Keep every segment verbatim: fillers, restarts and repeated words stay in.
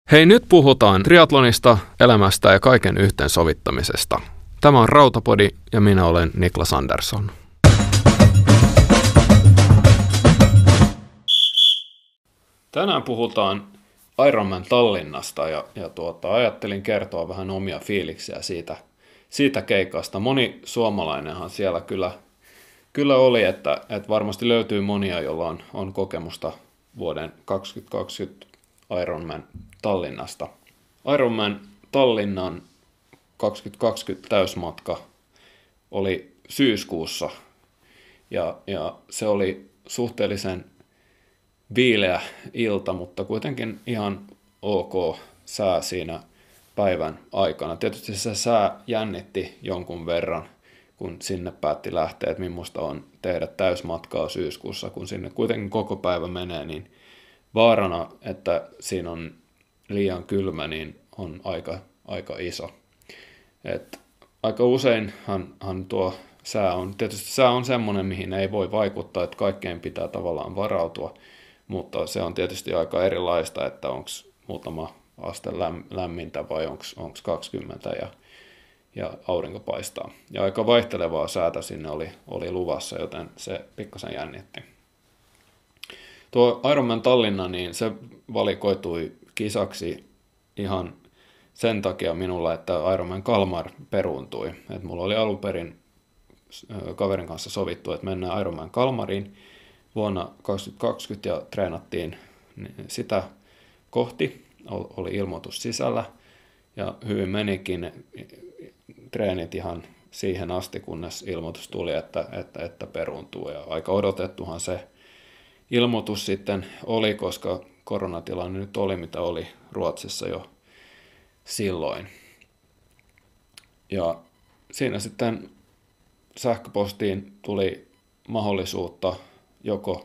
Hei, nyt puhutaan triatlonista, elämästä ja kaiken yhteensovittamisesta. Tämä on Rautapodi ja minä olen Niklas Andersson. Tänään puhutaan Ironman Tallinnasta ja, ja tuota, ajattelin kertoa vähän omia fiiliksiä siitä, siitä keikasta. Moni suomalainenhan siellä kyllä, kyllä oli, että, että varmasti löytyy monia, joilla on, on kokemusta vuoden kaksituhattakaksikymmentä Ironman Tallinnasta. Ironman Tallinnan kaksituhattakaksikymmentä täysmatka oli syyskuussa ja, ja se oli suhteellisen viileä ilta, mutta kuitenkin ihan ok sää siinä päivän aikana. Tietysti se sää jännitti jonkun verran, kun sinne päätti lähteä, että millaista on tehdä täysmatkaa syyskuussa, kun sinne kuitenkin koko päivä menee, niin vaarana, että siinä on liian kylmä, niin on aika, aika iso. Et aika useinhan tuo sää on, tietysti sää on semmoinen, mihin ei voi vaikuttaa, että kaikkeen pitää tavallaan varautua, mutta se on tietysti aika erilaista, että onko muutama aste lämmintä vai onko kaksikymmentä ja, ja aurinko paistaa. Ja aika vaihtelevaa säätä sinne oli, oli luvassa, joten se pikkasen jännitti. Tuo Ironman Tallinna, niin se valikoitui kisaksi ihan sen takia minulla, että Ironman Kalmar peruuntui. Et mulla oli alun perin kaverin kanssa sovittu, että mennään Ironman Kalmariin vuonna kaksituhattakaksikymmentä ja treenattiin sitä kohti. Oli ilmoitus sisällä ja hyvin menikin treenit ihan siihen asti, kunnes ilmoitus tuli, että, että, että peruuntuu. Ja aika odotettuhan se ilmoitus sitten oli, koska koronatilanne nyt oli, mitä oli Ruotsissa jo silloin. Ja siinä sitten sähköpostiin tuli mahdollisuutta joko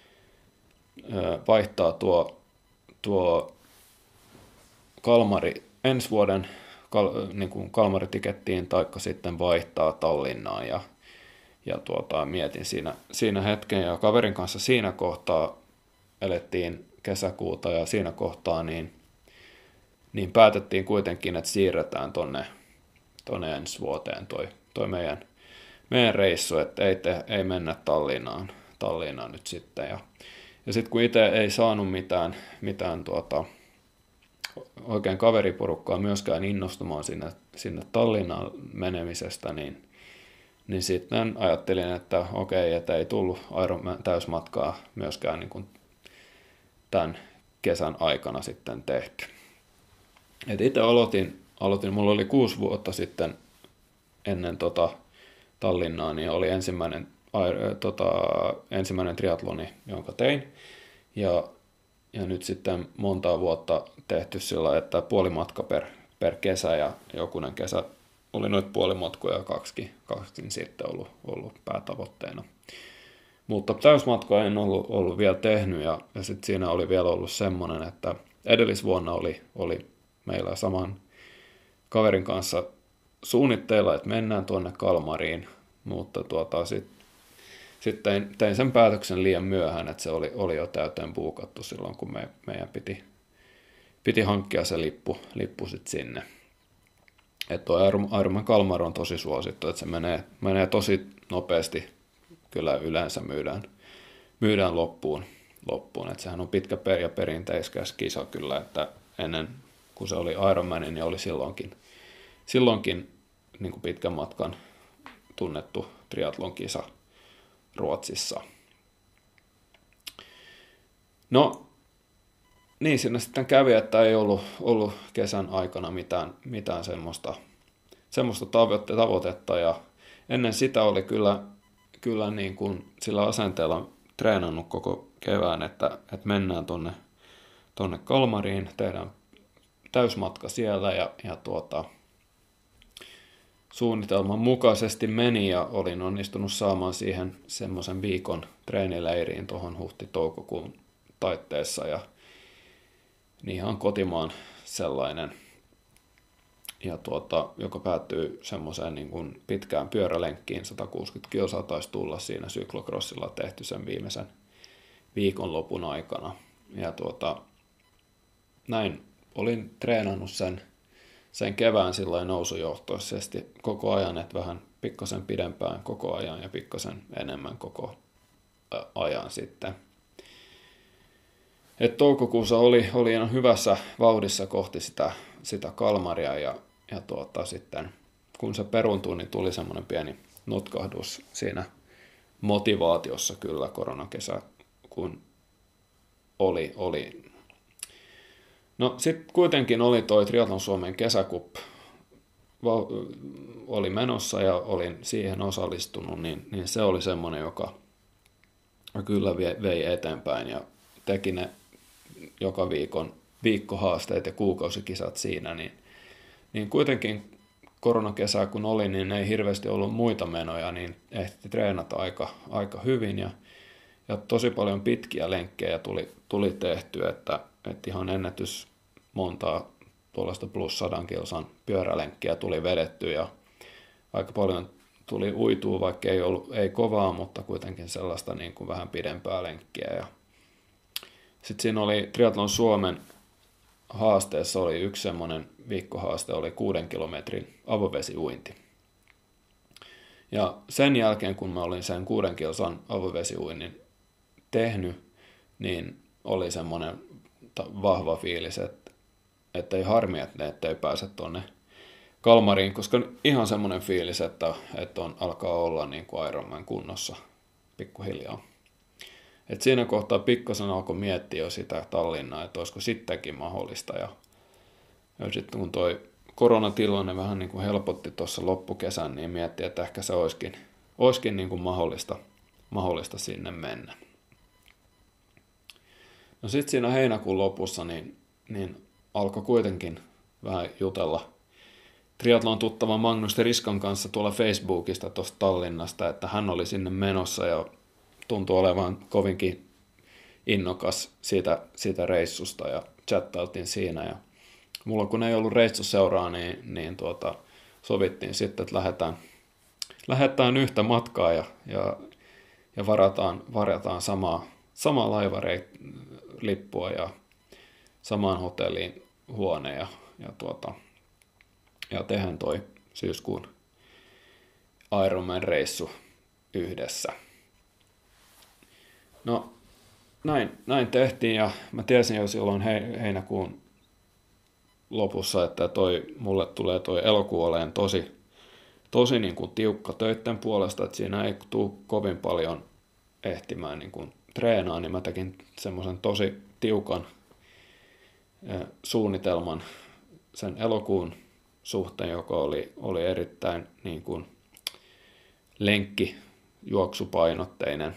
vaihtaa tuo, tuo Kalmari ensi vuoden kal, niin kuin Kalmaritikettiin, taikka sitten vaihtaa Tallinnaan. Ja Ja tuota, mietin siinä, siinä hetken ja kaverin kanssa siinä kohtaa elettiin kesäkuuta ja siinä kohtaa niin, niin päätettiin kuitenkin, että siirretään tonne, tonne ensi vuoteen toi, toi meidän, meidän reissu, että ei, te, ei mennä Tallinnaan, Tallinnaan nyt sitten. Ja, ja sitten kun itse ei saanut mitään, mitään tuota, oikein kaveriporukkaa myöskään innostumaan sinne, sinne Tallinnaan menemisestä, niin Niin sitten ajattelin, että okei, että ei tullut Ironman täysmatkaa myöskään niin kuin tämän kesän aikana sitten tehty. Et itse aloitin, aloitin, mulla oli kuusi vuotta sitten ennen tota Tallinnaa, niin oli ensimmäinen, tota, ensimmäinen triatloni, jonka tein. Ja, ja nyt sitten monta vuotta tehty sillä, että puoli matka per, per kesä ja jokunen kesä oli noita puolimatkoja ja kaksi, kaksi sitten ollut, ollut päätavoitteena. Mutta täysmatkoja en ollut, ollut vielä tehnyt ja, ja sitten siinä oli vielä ollut semmoinen, että edellisvuonna oli, oli meillä saman kaverin kanssa suunnitteilla, että mennään tuonne Kalmariin, mutta tuota, sitten sit tein, tein sen päätöksen liian myöhään, että se oli, oli jo täyteen buukattu silloin, kun me, meidän piti, piti hankkia se lippu, lippu sitten sinne. Että tuo Ironman Kalmar on tosi suosittu, että se menee, menee tosi nopeasti, kyllä yleensä myydään, myydään loppuun, loppuun. Että sehän on pitkä per- ja perinteiskäs kisa kyllä, että ennen kuin se oli Ironman, niin oli silloinkin, silloinkin niin kuin pitkän matkan tunnettu triathlon kisa Ruotsissa. No, niin siinä sitten kävi, että ei ollut, ollut kesän aikana mitään, mitään semmoista, semmoista tavoitetta ja ennen sitä oli kyllä, kyllä niin kuin sillä asenteella treenannut koko kevään, että, että mennään tonne, tonne Kalmariin, tehdään täysmatka siellä ja, ja tuota, suunnitelman mukaisesti meni ja olin onnistunut saamaan siihen semmoisen viikon treenileiriin tuohon huhti-toukokuun taitteessa ja niin ihan kotimaan sellainen, ja tuota, joka päättyy semmoiseen niin kuin pitkään pyörälenkkiin, sata kuusikymmentä kilsaa taisi tulla siinä syklocrossilla tehty sen viimeisen viikonlopun aikana. Ja tuota, näin olin treenannut sen, sen kevään silloin nousujohtoisesti koko ajan, että vähän pikkasen pidempään koko ajan ja pikkasen enemmän koko ajan sitten. Et toukokuussa oli, oli ihan hyvässä vauhdissa kohti sitä, sitä Kalmaria ja, ja tuota, sitten kun se peruuntui, niin tuli semmoinen pieni notkahdus siinä motivaatiossa kyllä koronakesä, kun oli. oli. No sitten kuitenkin oli toi Triathlon Suomen kesäkup oli menossa ja olin siihen osallistunut, niin, niin se oli semmoinen, joka kyllä vei eteenpäin ja teki ne joka viikon viikkohaasteet ja kuukausikisat siinä, niin, niin kuitenkin koronakesä kun oli, niin ei hirveästi ollut muita menoja, niin ehti treenata aika, aika hyvin ja, ja tosi paljon pitkiä lenkkejä tuli, tuli tehty, että, että ihan ennätys montaa tuollaista plus sadan kilsan pyörälenkkiä tuli vedetty ja aika paljon tuli uitua, vaikka ei ollut ei kovaa, mutta kuitenkin sellaista niin kuin vähän pidempää lenkkiä. Ja sitten siinä oli Triathlon Suomen haasteessa oli yksi semmoinen viikkohaaste, oli kuuden kilometrin avovesiuinti. Ja sen jälkeen, kun mä olin sen kuuden kilsan avovesiuinnin tehnyt, niin oli semmoinen vahva fiilis, että, että ei harmi, että ei pääse tuonne Kalmariin, koska ihan semmoinen fiilis, että, että on, alkaa olla niin kuin Ironman kunnossa pikkuhiljaa. Et siinä kohtaa pikkasen alkoi miettiä jo sitä Tallinnaa, että olisiko sittenkin mahdollista. Ja, ja sitten kun toi koronatilanne vähän niin kuin helpotti tuossa loppukesän, niin miettii, että ehkä se olisikin, olisikin niin kuin mahdollista, mahdollista sinne mennä. No sitten siinä heinäkuun lopussa niin, niin alkoi kuitenkin vähän jutella triathlon tuttava Magnus Riskan kanssa tuolla Facebookista tuosta Tallinnasta, että hän oli sinne menossa ja tuntui olevan kovinkin innokas siitä, siitä reissusta ja chattailtiin siinä. Ja mulla kun ei ollut reissuseuraa, niin, niin tuota, sovittiin sitten, että lähdetään, lähdetään yhtä matkaa ja, ja, ja varataan, varataan samaa, samaa laivalippua ja samaan hotelliin huone ja, ja, tuota, ja tehdään toi syyskuun Ironman-reissu yhdessä. No näin, näin tehtiin ja mä tiesin jo silloin heinäkuun lopussa, että toi, mulle tulee toi elokuu oleen tosi, tosi niin kuin tiukka töitten puolesta, että siinä ei tule kovin paljon ehtimään niin kuin treenaa, niin mä tekin semmoisen tosi tiukan eh, suunnitelman sen elokuun suhteen, joka oli, oli erittäin niin kuin lenkki juoksupainotteinen.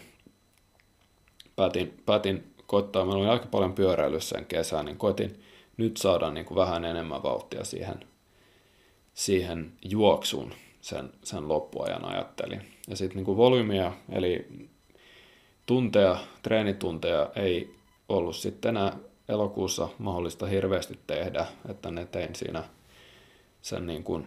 Päätin, päätin koittaa, meillä oli aika paljon pyöräilyssä sen kesän, niin koitin nyt saada niin kuin vähän enemmän vauhtia siihen, siihen juoksuun sen, sen loppuajan ajattelin. Ja sitten niin kuin volyymia, eli tunteja, treenitunteja ei ollut sitten enää elokuussa mahdollista hirveästi tehdä, että ne tein siinä sen niin kuin,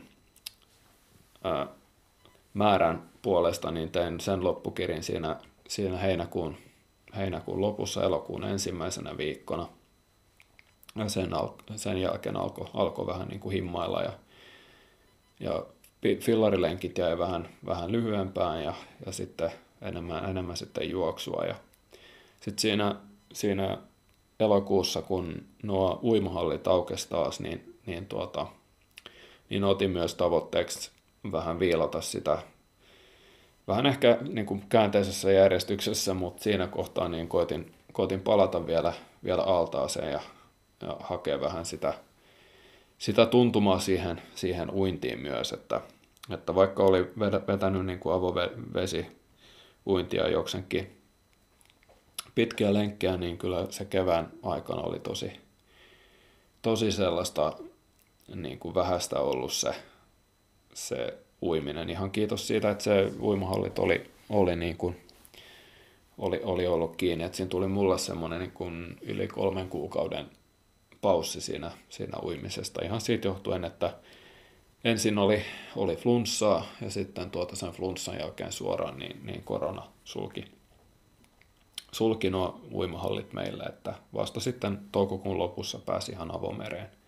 ää, määrän puolesta, niin tein sen loppukirin siinä, siinä heinäkuun, heinäkuun lopussa, elokuun ensimmäisenä viikkona. Ja sen, al- sen jälkeen alkoi alko vähän niin kuin himmailla ja, ja fillarilenkit jäi vähän, vähän lyhyempään ja, ja sitten enemmän, enemmän sitten juoksua. Ja sitten siinä, siinä elokuussa, kun nuo uimahallit aukesi taas, niin, niin, tuota, niin otin myös tavoitteeksi vähän viilata sitä vähän ehkä niin kuin käänteisessä järjestyksessä, mutta siinä kohtaa niin koitin, koitin palata vielä, vielä altaaseen ja, ja hakea vähän sitä, sitä tuntumaa siihen, siihen uintiin myös, että, että vaikka oli vetänyt niin kuin avovesi uintia jokseenkin pitkiä lenkkejä, niin kyllä se kevään aikana oli tosi, tosi sellaista niin kuin vähäistä ollut se, se uiminen. Ihan kiitos siitä, että se uimahallit oli, oli, niin kuin, oli, oli ollut kiinni. Että siinä tuli mulle semmoinen niin kuin yli kolmen kuukauden paussi siinä, siinä uimisesta. Ihan siitä johtuen, että ensin oli, oli flunssaa ja sitten tuota sen flunssan jälkeen suoraan niin, niin korona sulki, sulki nuo uimahallit meille, että vasta sitten toukokuun lopussa pääsi ihan avomereen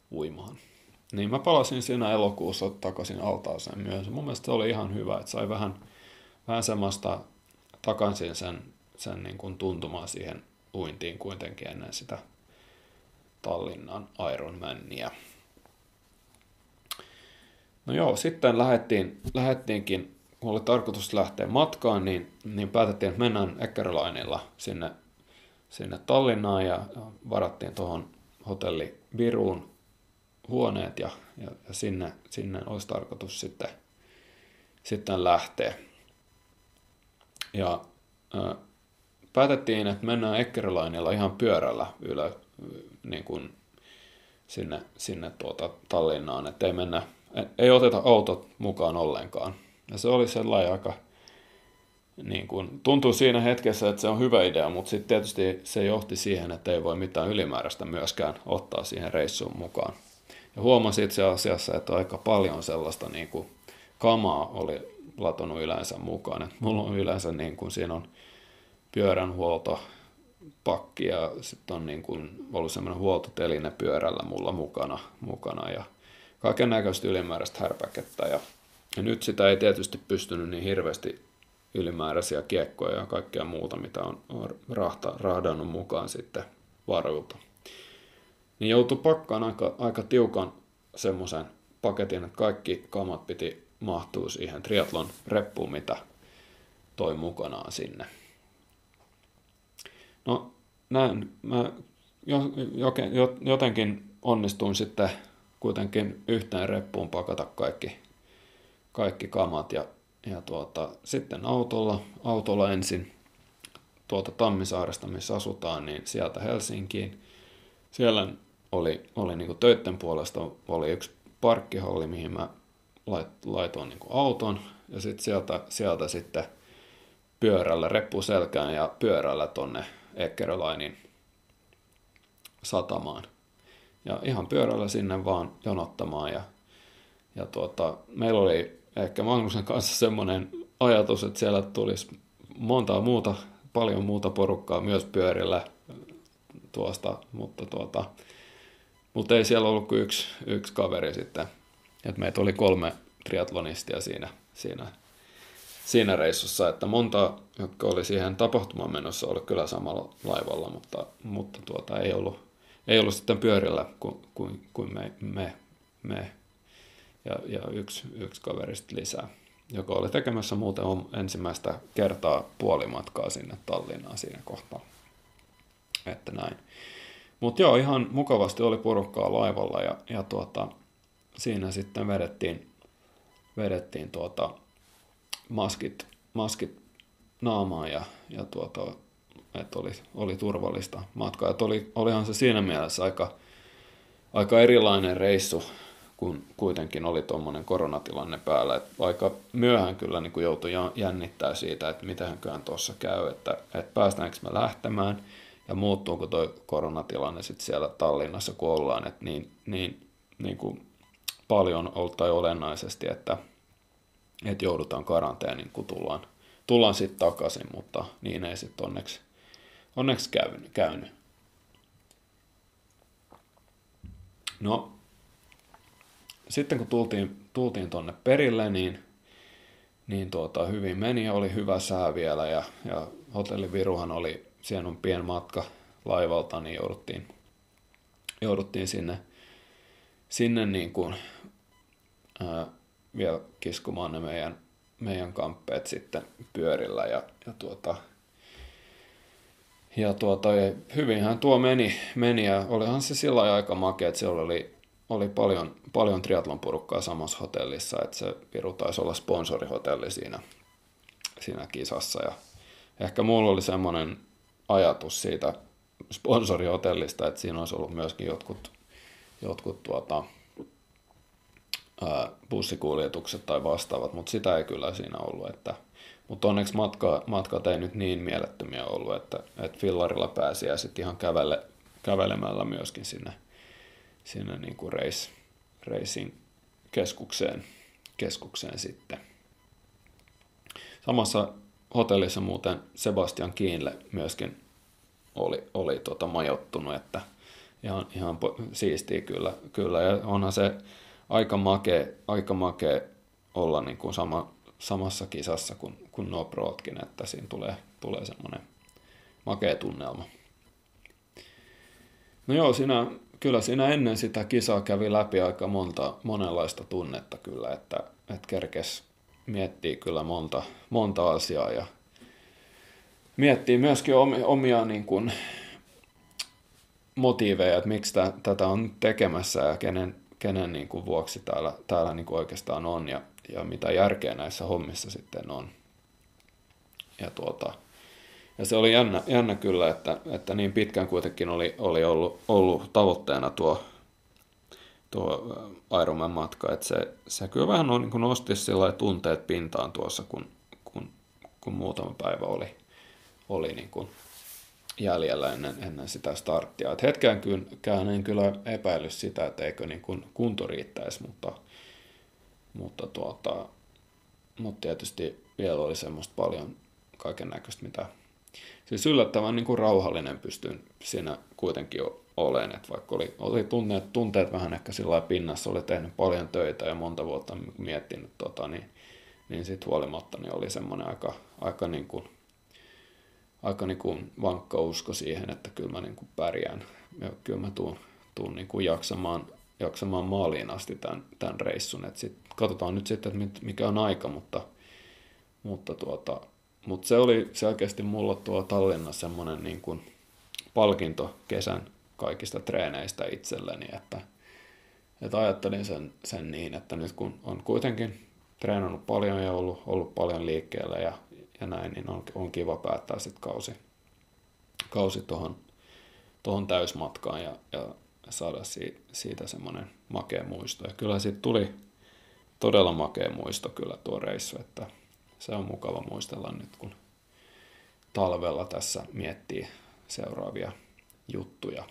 uimaan. Niin mä palasin siinä elokuussa takaisin altaaseen myös. Mun mielestä se oli ihan hyvä, että sai vähän, vähän semmoista takaisin sen, sen niin kuin tuntumaan siihen uintiin kuitenkin ennen sitä Tallinnan Ironmania. No joo, sitten lähdettiin, lähdettiinkin, kun oli tarkoitus lähteä matkaan, niin, niin päätettiin, että mennään Eckerlinella sinne, sinne Tallinnaan ja varattiin tuohon hotelli Viruun huoneet ja, ja, ja sinne, sinne olisi tarkoitus sitten, sitten lähteä. Ja ää, päätettiin, että mennään Eckerlinella ihan pyörällä ylö, niin kuin sinne, sinne tuota Tallinnaan, että ei mennä, ei oteta autot mukaan ollenkaan. Ja se oli sellainen aika, niin kuin, tuntuu siinä hetkessä, että se on hyvä idea, mutta sitten tietysti se johti siihen, että ei voi mitään ylimääräistä myöskään ottaa siihen reissuun mukaan. Ja huomasin itse asiassa, että aika paljon sellaista niin kuin, kamaa oli latonut yleensä mukaan. Et mulla on yleensä, niin kuin, siinä on pyöränhuoltopakki ja sitten on niin kuin, ollut semmoinen huoltoteline pyörällä mulla mukana, mukana ja kaiken näköistä ylimääräistä härpäkettä. Ja, ja nyt sitä ei tietysti pystynyt niin hirveästi ylimääräisiä kiekkoja ja kaikkea muuta, mitä on, on rahta, rahdannut mukaan sitten varuilta. Niin joutui pakkaan aika, aika tiukan semmoisen paketin, että kaikki kamat piti mahtua siihen triathlon reppuun, mitä toi mukanaan sinne. No näin, mä jotenkin onnistuin sitten kuitenkin yhteen reppuun pakata kaikki, kaikki kamat ja, ja tuota, sitten autolla, autolla ensin tuolta Tammisaaresta, missä asutaan, niin sieltä Helsinkiin. Siellä oli, oli niin kuin töitten puolesta oli yksi parkkihalli, mihin mä laitoin niin kuin auton ja sitten sieltä, sieltä sitten pyörällä, reppu selkään ja pyörällä tonne Eckerlinin satamaan. Ja ihan pyörällä sinne vaan jonottamaan. Ja, ja tuota, meillä oli ehkä Magnusen kanssa semmoinen ajatus, että siellä tulisi montaa muuta, paljon muuta porukkaa myös pyörillä tuosta, mutta, tuota, mutta ei siellä ollut kuin yksi, yksi kaveri sitten. Et meitä oli kolme triathlonistia siinä, siinä, siinä reissussa, että monta, jotka oli siihen tapahtumaan menossa, oli kyllä samalla laivalla, mutta, mutta tuota, ei ollut Ei ollut sitten pyörillä kuin, kuin, kuin me, me, me ja, ja yksi, yksi kaveri lisää, joka oli tekemässä muuten ensimmäistä kertaa puolimatkaa sinne Tallinnaan siinä kohtaa. Että näin. Mutta joo, ihan mukavasti oli porukkaa laivalla ja, ja tuota, siinä sitten vedettiin, vedettiin tuota maskit, maskit naamaan ja, ja tuota, että oli, oli turvallista matkaa. Että oli, olihan se siinä mielessä aika, aika erilainen reissu, kun kuitenkin oli tuommoinen koronatilanne päällä. Että aika myöhään kyllä niin kuin joutui jännittää siitä, että mitenköhän tuossa käy, että, että päästäänkö me lähtemään ja muuttuuko tuo koronatilanne sitten siellä Tallinnassa, kun ollaan. Että niin, niin, niin kuin paljon tai olennaisesti, että, että joudutaan karanteeniin, kun tullaan, tullaan sitten takaisin, mutta niin ei sitten onneksi Onneksi käynyt. käynyt. No, sitten kun tultiin, tultiin tonne perille, niin, niin tuota, hyvin meni ja oli hyvä sää vielä. Ja, ja hotelli Viruhan oli, siellä on pien matka laivalta, niin jouduttiin, jouduttiin sinne, sinne niin kuin, ää, vielä kiskumaan ne meidän, meidän kamppeet sitten pyörillä. Ja, ja tuota... Ja tuota, hyvinhän tuo meni, meni ja olihan se sillä lailla aika makea, että siellä oli, oli paljon, paljon triathlon porukkaa samassa hotellissa, että se Viru taisi olla sponsorihotelli siinä, siinä kisassa. Ja ehkä mulla oli semmoinen ajatus siitä sponsorihotellista, että siinä olisi ollut myöskin jotkut, jotkut tuota, ää, bussikuljetukset tai vastaavat, mutta sitä ei kyllä siinä ollut, että mutta onneksi matka, matkat ei nyt niin mielettömiä ollut, että, että fillarilla pääsi ja sitten ihan kävele, kävelemällä myöskin sinne, sinne niin kuin race, racing keskukseen, keskukseen sitten. Samassa hotellissa muuten Sebastian Kienle myöskin oli, oli tota majoittunut, että, ihan, ihan po- siistiä kyllä, kyllä. Ja onhan se aika makea, aika makea olla niin kuin sama, samassa kisassa kuin, kuin nuo prootkin, että siinä tulee, tulee semmoinen makea tunnelma. No joo, siinä, kyllä siinä ennen sitä kisaa kävi läpi aika monta, monenlaista tunnetta kyllä, että, että kerkes miettii kyllä monta, monta asiaa ja miettii myöskin omia, omia niin kuin motiiveja, että miksi tä, tätä on tekemässä ja kenen, kenen niin kuin vuoksi täällä, täällä niin kuin oikeastaan on ja, ja mitä järkeä näissä hommissa sitten on. Ja, tuota, ja se oli jännä, jännä kyllä, että, että niin pitkään kuitenkin oli, oli ollut, ollut tavoitteena tuo, tuo Ironman-matka, että se, se kyllä vähän niin kuin nosti sillä tunteet pintaan tuossa, kun, kun, kun muutama päivä oli, oli niin kuin jäljellä ennen, ennen sitä starttia. Et hetkeänkään en kyllä epäily sitä, että eikö niin kuin kunto riittäisi, mutta, mutta, tuota, mutta tietysti vielä oli semmoista paljon kaiken näköistä, mitä siis yllättävän niin kuin rauhallinen pystyn siinä kuitenkin olemaan, että vaikka oli, oli tunteet, tunteet vähän ehkä sillä pinnassa, oli tehnyt paljon töitä ja monta vuotta miettinyt, tota, niin, niin sitten huolimatta niin oli semmoinen aika, aika niin kuin aika niin kuin vankka usko siihen, että kyllä mä niin kuin pärjään ja kyllä mä tuun, tuun niin kuin jaksamaan, jaksamaan maaliin asti tämän, tämän reissun. Et sit, katsotaan nyt sitten, että mikä on aika, mutta, mutta, tuota, mutta se oli selkeästi mulla tuo Tallinnassa semmoinen niin kuin palkinto kesän kaikista treeneistä itselleni, että, että ajattelin sen, sen niin, että nyt kun on kuitenkin treenannut paljon ja ollut, ollut paljon liikkeellä ja ja näin, niin on, on kiva päättää sitten kausi, kausi tuohon tohon täysmatkaan ja, ja saada si, siitä semmoinen makea muisto. Ja kyllä siitä tuli todella makea muisto kyllä tuo reissu, että se on mukava muistella nyt, kun talvella tässä miettii seuraavia juttuja.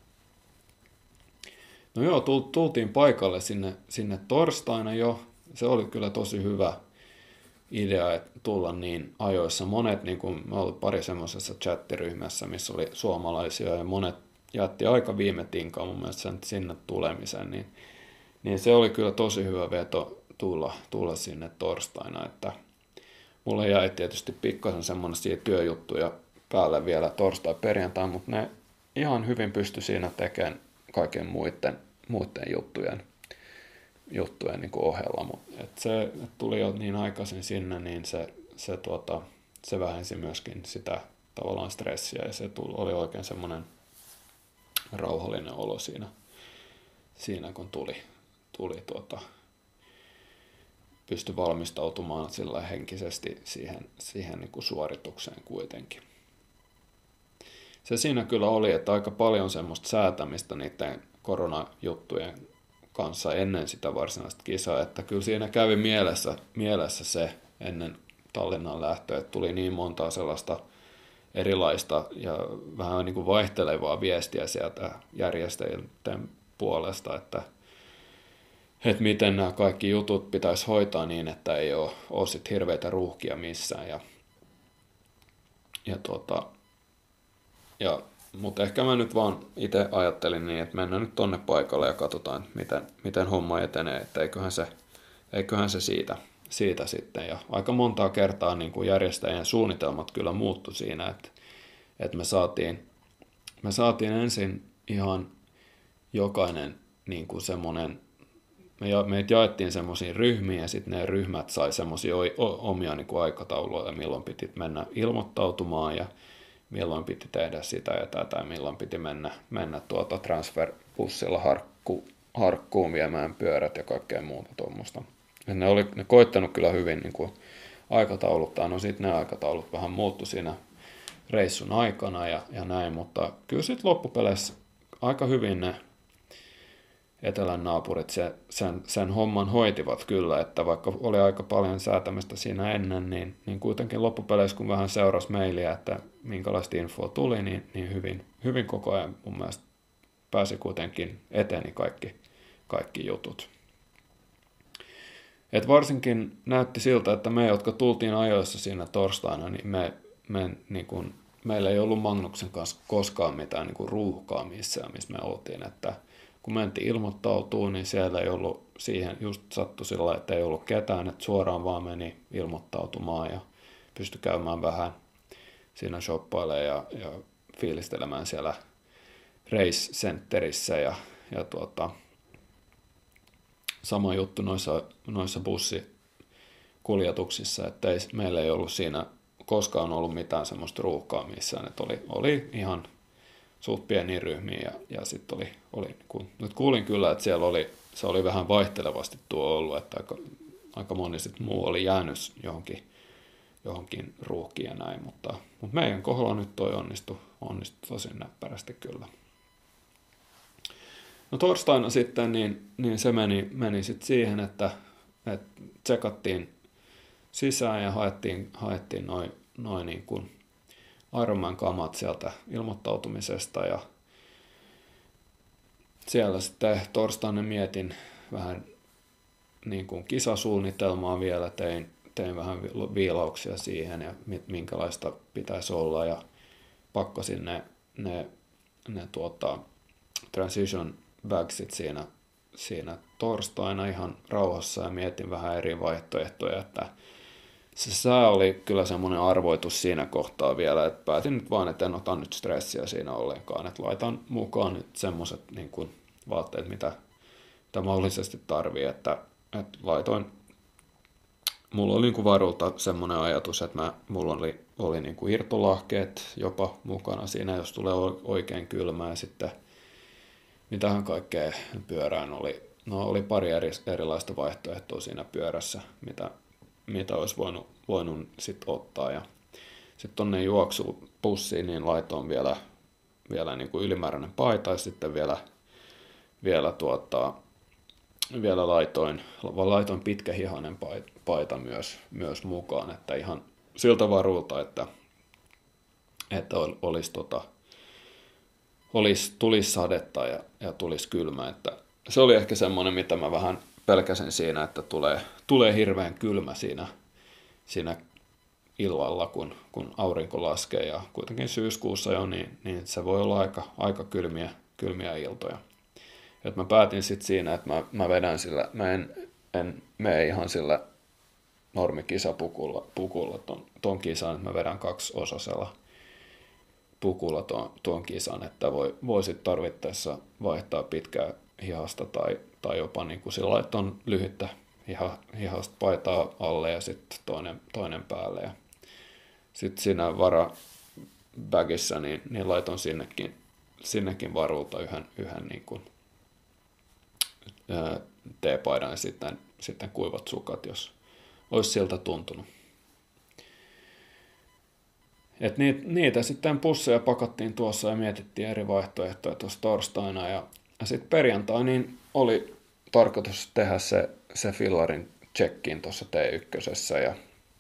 No joo, tultiin paikalle sinne, sinne torstaina jo. Se oli kyllä tosi hyvä idea, että tulla niin ajoissa. Monet, niin kuin me oltiin pari semmoisessa chattiryhmässä, missä oli suomalaisia ja monet jätti aika viime tinkaan mun mielestä sen sinne tulemisen, niin, niin se oli kyllä tosi hyvä veto tulla, tulla sinne torstaina, että mulle jäi tietysti pikkasen semmoisia työjuttuja päälle vielä torstai-perjantai, mutta ne ihan hyvin pystyi siinä tekemään kaiken muiden, muiden juttujen juttujen niin kuin ohella, mutta et se et tuli jo niin aikaisin sinne, niin se, se, tuota, se vähensi myöskin sitä tavallaan stressiä ja se tuli, oli oikein semmoinen rauhallinen olo siinä, siinä kun tuli, tuli tuota, pystyi valmistautumaan sillä henkisesti siihen, siihen niin kuin suoritukseen kuitenkin. Se siinä kyllä oli, että aika paljon semmoista säätämistä niiden koronajuttujen kanssa ennen sitä varsinaista kisaa, että kyllä siinä kävi mielessä, mielessä se ennen Tallinnan lähtöä, että tuli niin montaa sellaista erilaista ja vähän niin kuin vaihtelevaa viestiä sieltä järjestäjien puolesta, että, että miten nämä kaikki jutut pitäisi hoitaa niin, että ei ole, ole sit hirveitä ruuhkia missään. Ja, ja tuota, ja mutta ehkä mä nyt vaan itse ajattelin niin, että mennään nyt tonne paikalle ja katsotaan, miten, miten homma etenee, että eiköhän se, eiköhän se siitä, siitä sitten. Ja aika montaa kertaa niin kuin järjestäjien suunnitelmat kyllä muuttu siinä, että, että me, saatiin, me saatiin ensin ihan jokainen niin kuin semmoinen, me ja, meitä jaettiin semmoisiin ryhmiin ja sitten ne ryhmät sai semmoisia omia niin kuin aikatauluja, milloin piti mennä ilmoittautumaan ja milloin piti tehdä sitä ja tätä ja milloin piti mennä, mennä tuota transferbussilla harkku, harkkuun viemään pyörät ja kaikkea muuta tuommoista. Ne oli ne koittanut kyllä hyvin niin kuin aikatauluttaa, no sitten ne aikataulut vähän muuttu siinä reissun aikana ja, ja näin, mutta kyllä sitten loppupeleissä aika hyvin ne etelän naapurit se, sen, sen homman hoitivat kyllä, että vaikka oli aika paljon säätämistä siinä ennen, niin, niin kuitenkin loppupeleissä, kun vähän seurasi mailia, että minkälaista infoa tuli, niin, niin hyvin, hyvin koko ajan mun mielestä pääsi kuitenkin eteni kaikki, kaikki jutut. Et varsinkin näytti siltä, että me, jotka tultiin ajoissa siinä torstaina, niin me, me niin kuin meillä ei ollut Magnuksen kanssa koskaan mitään niin kuin ruuhkaa missään, missä me oltiin, että kun mentiin ilmoittautuu, niin siellä ei ollut, siihen just sattui sillä, että ei ollut ketään, että suoraan vaan meni ilmoittautumaan ja pystyi käymään vähän siinä shoppailemaan ja, ja fiilistelemään siellä Race Centerissä ja, ja tuota, sama juttu noissa, noissa bussikuljetuksissa, että ei, meillä ei ollut siinä koskaan ollut mitään semmoista ruuhkaa missään, että oli, oli ihan suht pieniä ryhmiä ja, ja sitten oli, oli kun, nyt kuulin kyllä, että siellä oli, se oli vähän vaihtelevasti tuo ollut, että aika, aika moni sitten muu oli jäänyt johonkin, johonkin ruuhkiin ja näin, mutta, mutta meidän kohdalla nyt toi onnistui, onnistui tosi näppärästi kyllä. No torstaina sitten, niin, niin se meni, meni sitten siihen, että, että tsekattiin sisään ja haettiin, haettiin noin noi niin kuin Ironman kamat sieltä ilmoittautumisesta ja siellä sitten torstaina mietin vähän niin kuin kisasuunnitelmaa vielä, tein, tein vähän viilauksia siihen ja minkälaista pitäisi olla ja pakkasin ne, ne, ne tuota, transition bagsit siinä, siinä torstaina ihan rauhassa ja mietin vähän eri vaihtoehtoja, että se sää oli kyllä semmoinen arvoitus siinä kohtaa vielä, että päätin nyt vaan, että en ota nyt stressiä siinä ollenkaan, että laitan mukaan nyt semmoiset niin kuin vaatteet, mitä, mitä mahdollisesti tarvii, että, että laitoin, mulla oli niin kuin varulta semmoinen ajatus, että mä, mulla oli, oli niin kuin irtolahkeet jopa mukana siinä, jos tulee oikein kylmää ja sitten mitähän kaikkea pyörään oli, no oli pari eri, erilaista vaihtoehtoa siinä pyörässä, mitä mitä olisi voinut, voinut sit ottaa. Ja sitten tuonne juoksupussiin niin laitoin vielä, vielä niin kuin ylimääräinen paita ja sitten vielä, vielä, tuota, vielä laitoin, laitoin pitkähihainen paita myös, myös mukaan, että ihan siltä varulta, että, että olisi, tota, olisi, tulisi sadetta ja, ja tulisi kylmä. Että se oli ehkä semmoinen, mitä mä vähän pelkäsin siinä, että tulee, tulee hirveän kylmä siinä, siinä illalla, kun, kun aurinko laskee ja kuitenkin syyskuussa jo, niin, niin se voi olla aika, aika kylmiä, kylmiä iltoja. Et mä päätin sitten siinä, että mä, mä vedän sillä, mä en, en mene ihan sillä normikisapukulla pukulla ton, ton kisan, että mä vedän kaksi osasella pukulla ton, tuon kisan, että voi, voi sitten tarvittaessa vaihtaa pitkää hihasta tai, tai jopa niin kuin sillä, että on lyhyttä hiha, hihasta paitaa alle ja sitten toinen, toinen päälle. Ja sitten siinä varabagissa niin, niin laiton sinnekin, sinnekin varulta yhden, yhden niin kuin, ää, teepaidan ja sitten, sitten kuivat sukat, jos olisi siltä tuntunut. Et niitä, niitä sitten pusseja pakattiin tuossa ja mietittiin eri vaihtoehtoja tuossa torstaina ja Ja sitten perjantai niin oli tarkoitus tehdä se, se fillarin check-in tuossa T yksi. Ja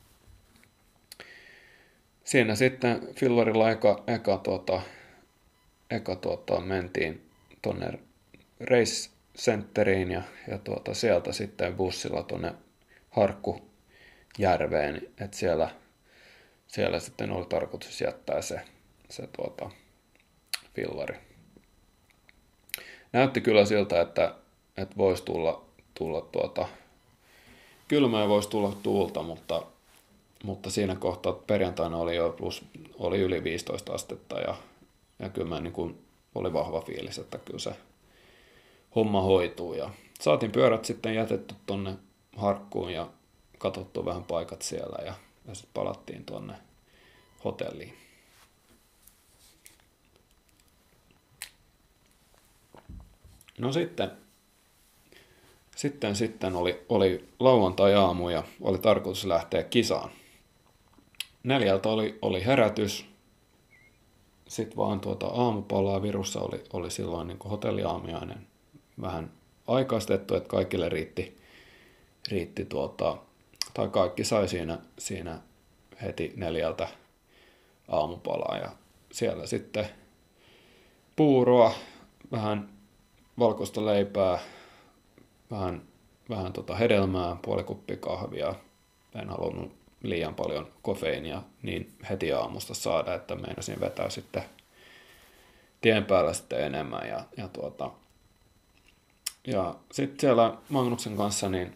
siinä sitten fillarilla eka, eka, tuota, eka tuota, mentiin tuonne Race Centeriin ja, ja tuota, sieltä sitten bussilla tuonne Harkkujärveen. Että siellä, siellä sitten oli tarkoitus jättää se, se tuota, fillari. Näytti kyllä siltä, että, että voisi tulla, tulla tuota, kylmää voisi tulla tuulta, mutta, mutta siinä kohtaa perjantaina oli jo plus, oli yli viisitoista astetta ja, ja kyllä mä niin kuin oli vahva fiilis, että kyllä se homma hoituu. Ja saatiin pyörät sitten jätetty tonne Harkkuun ja katsottu vähän paikat siellä ja, ja sitten palattiin tuonne hotelliin. No sitten, sitten, sitten oli, oli lauantai-aamu ja oli tarkoitus lähteä kisaan. Neljältä oli, oli herätys. Sitten vaan tuota aamupalaa Virussa oli, oli silloin niin kuin hotelliaamiainen vähän aikaistettu, että kaikille riitti, riitti tuota, tai kaikki sai siinä, siinä heti neljältä aamupalaa. Ja siellä sitten puuroa, vähän valkoista leipää, vähän, vähän tota hedelmää, puoli kuppia kahvia. En halunnut liian paljon kofeiinia niin heti aamusta saada, että meinasin vetää sitten tien päällä sitten enemmän. Ja, ja, tuota, ja sitten siellä Magnuksen kanssa niin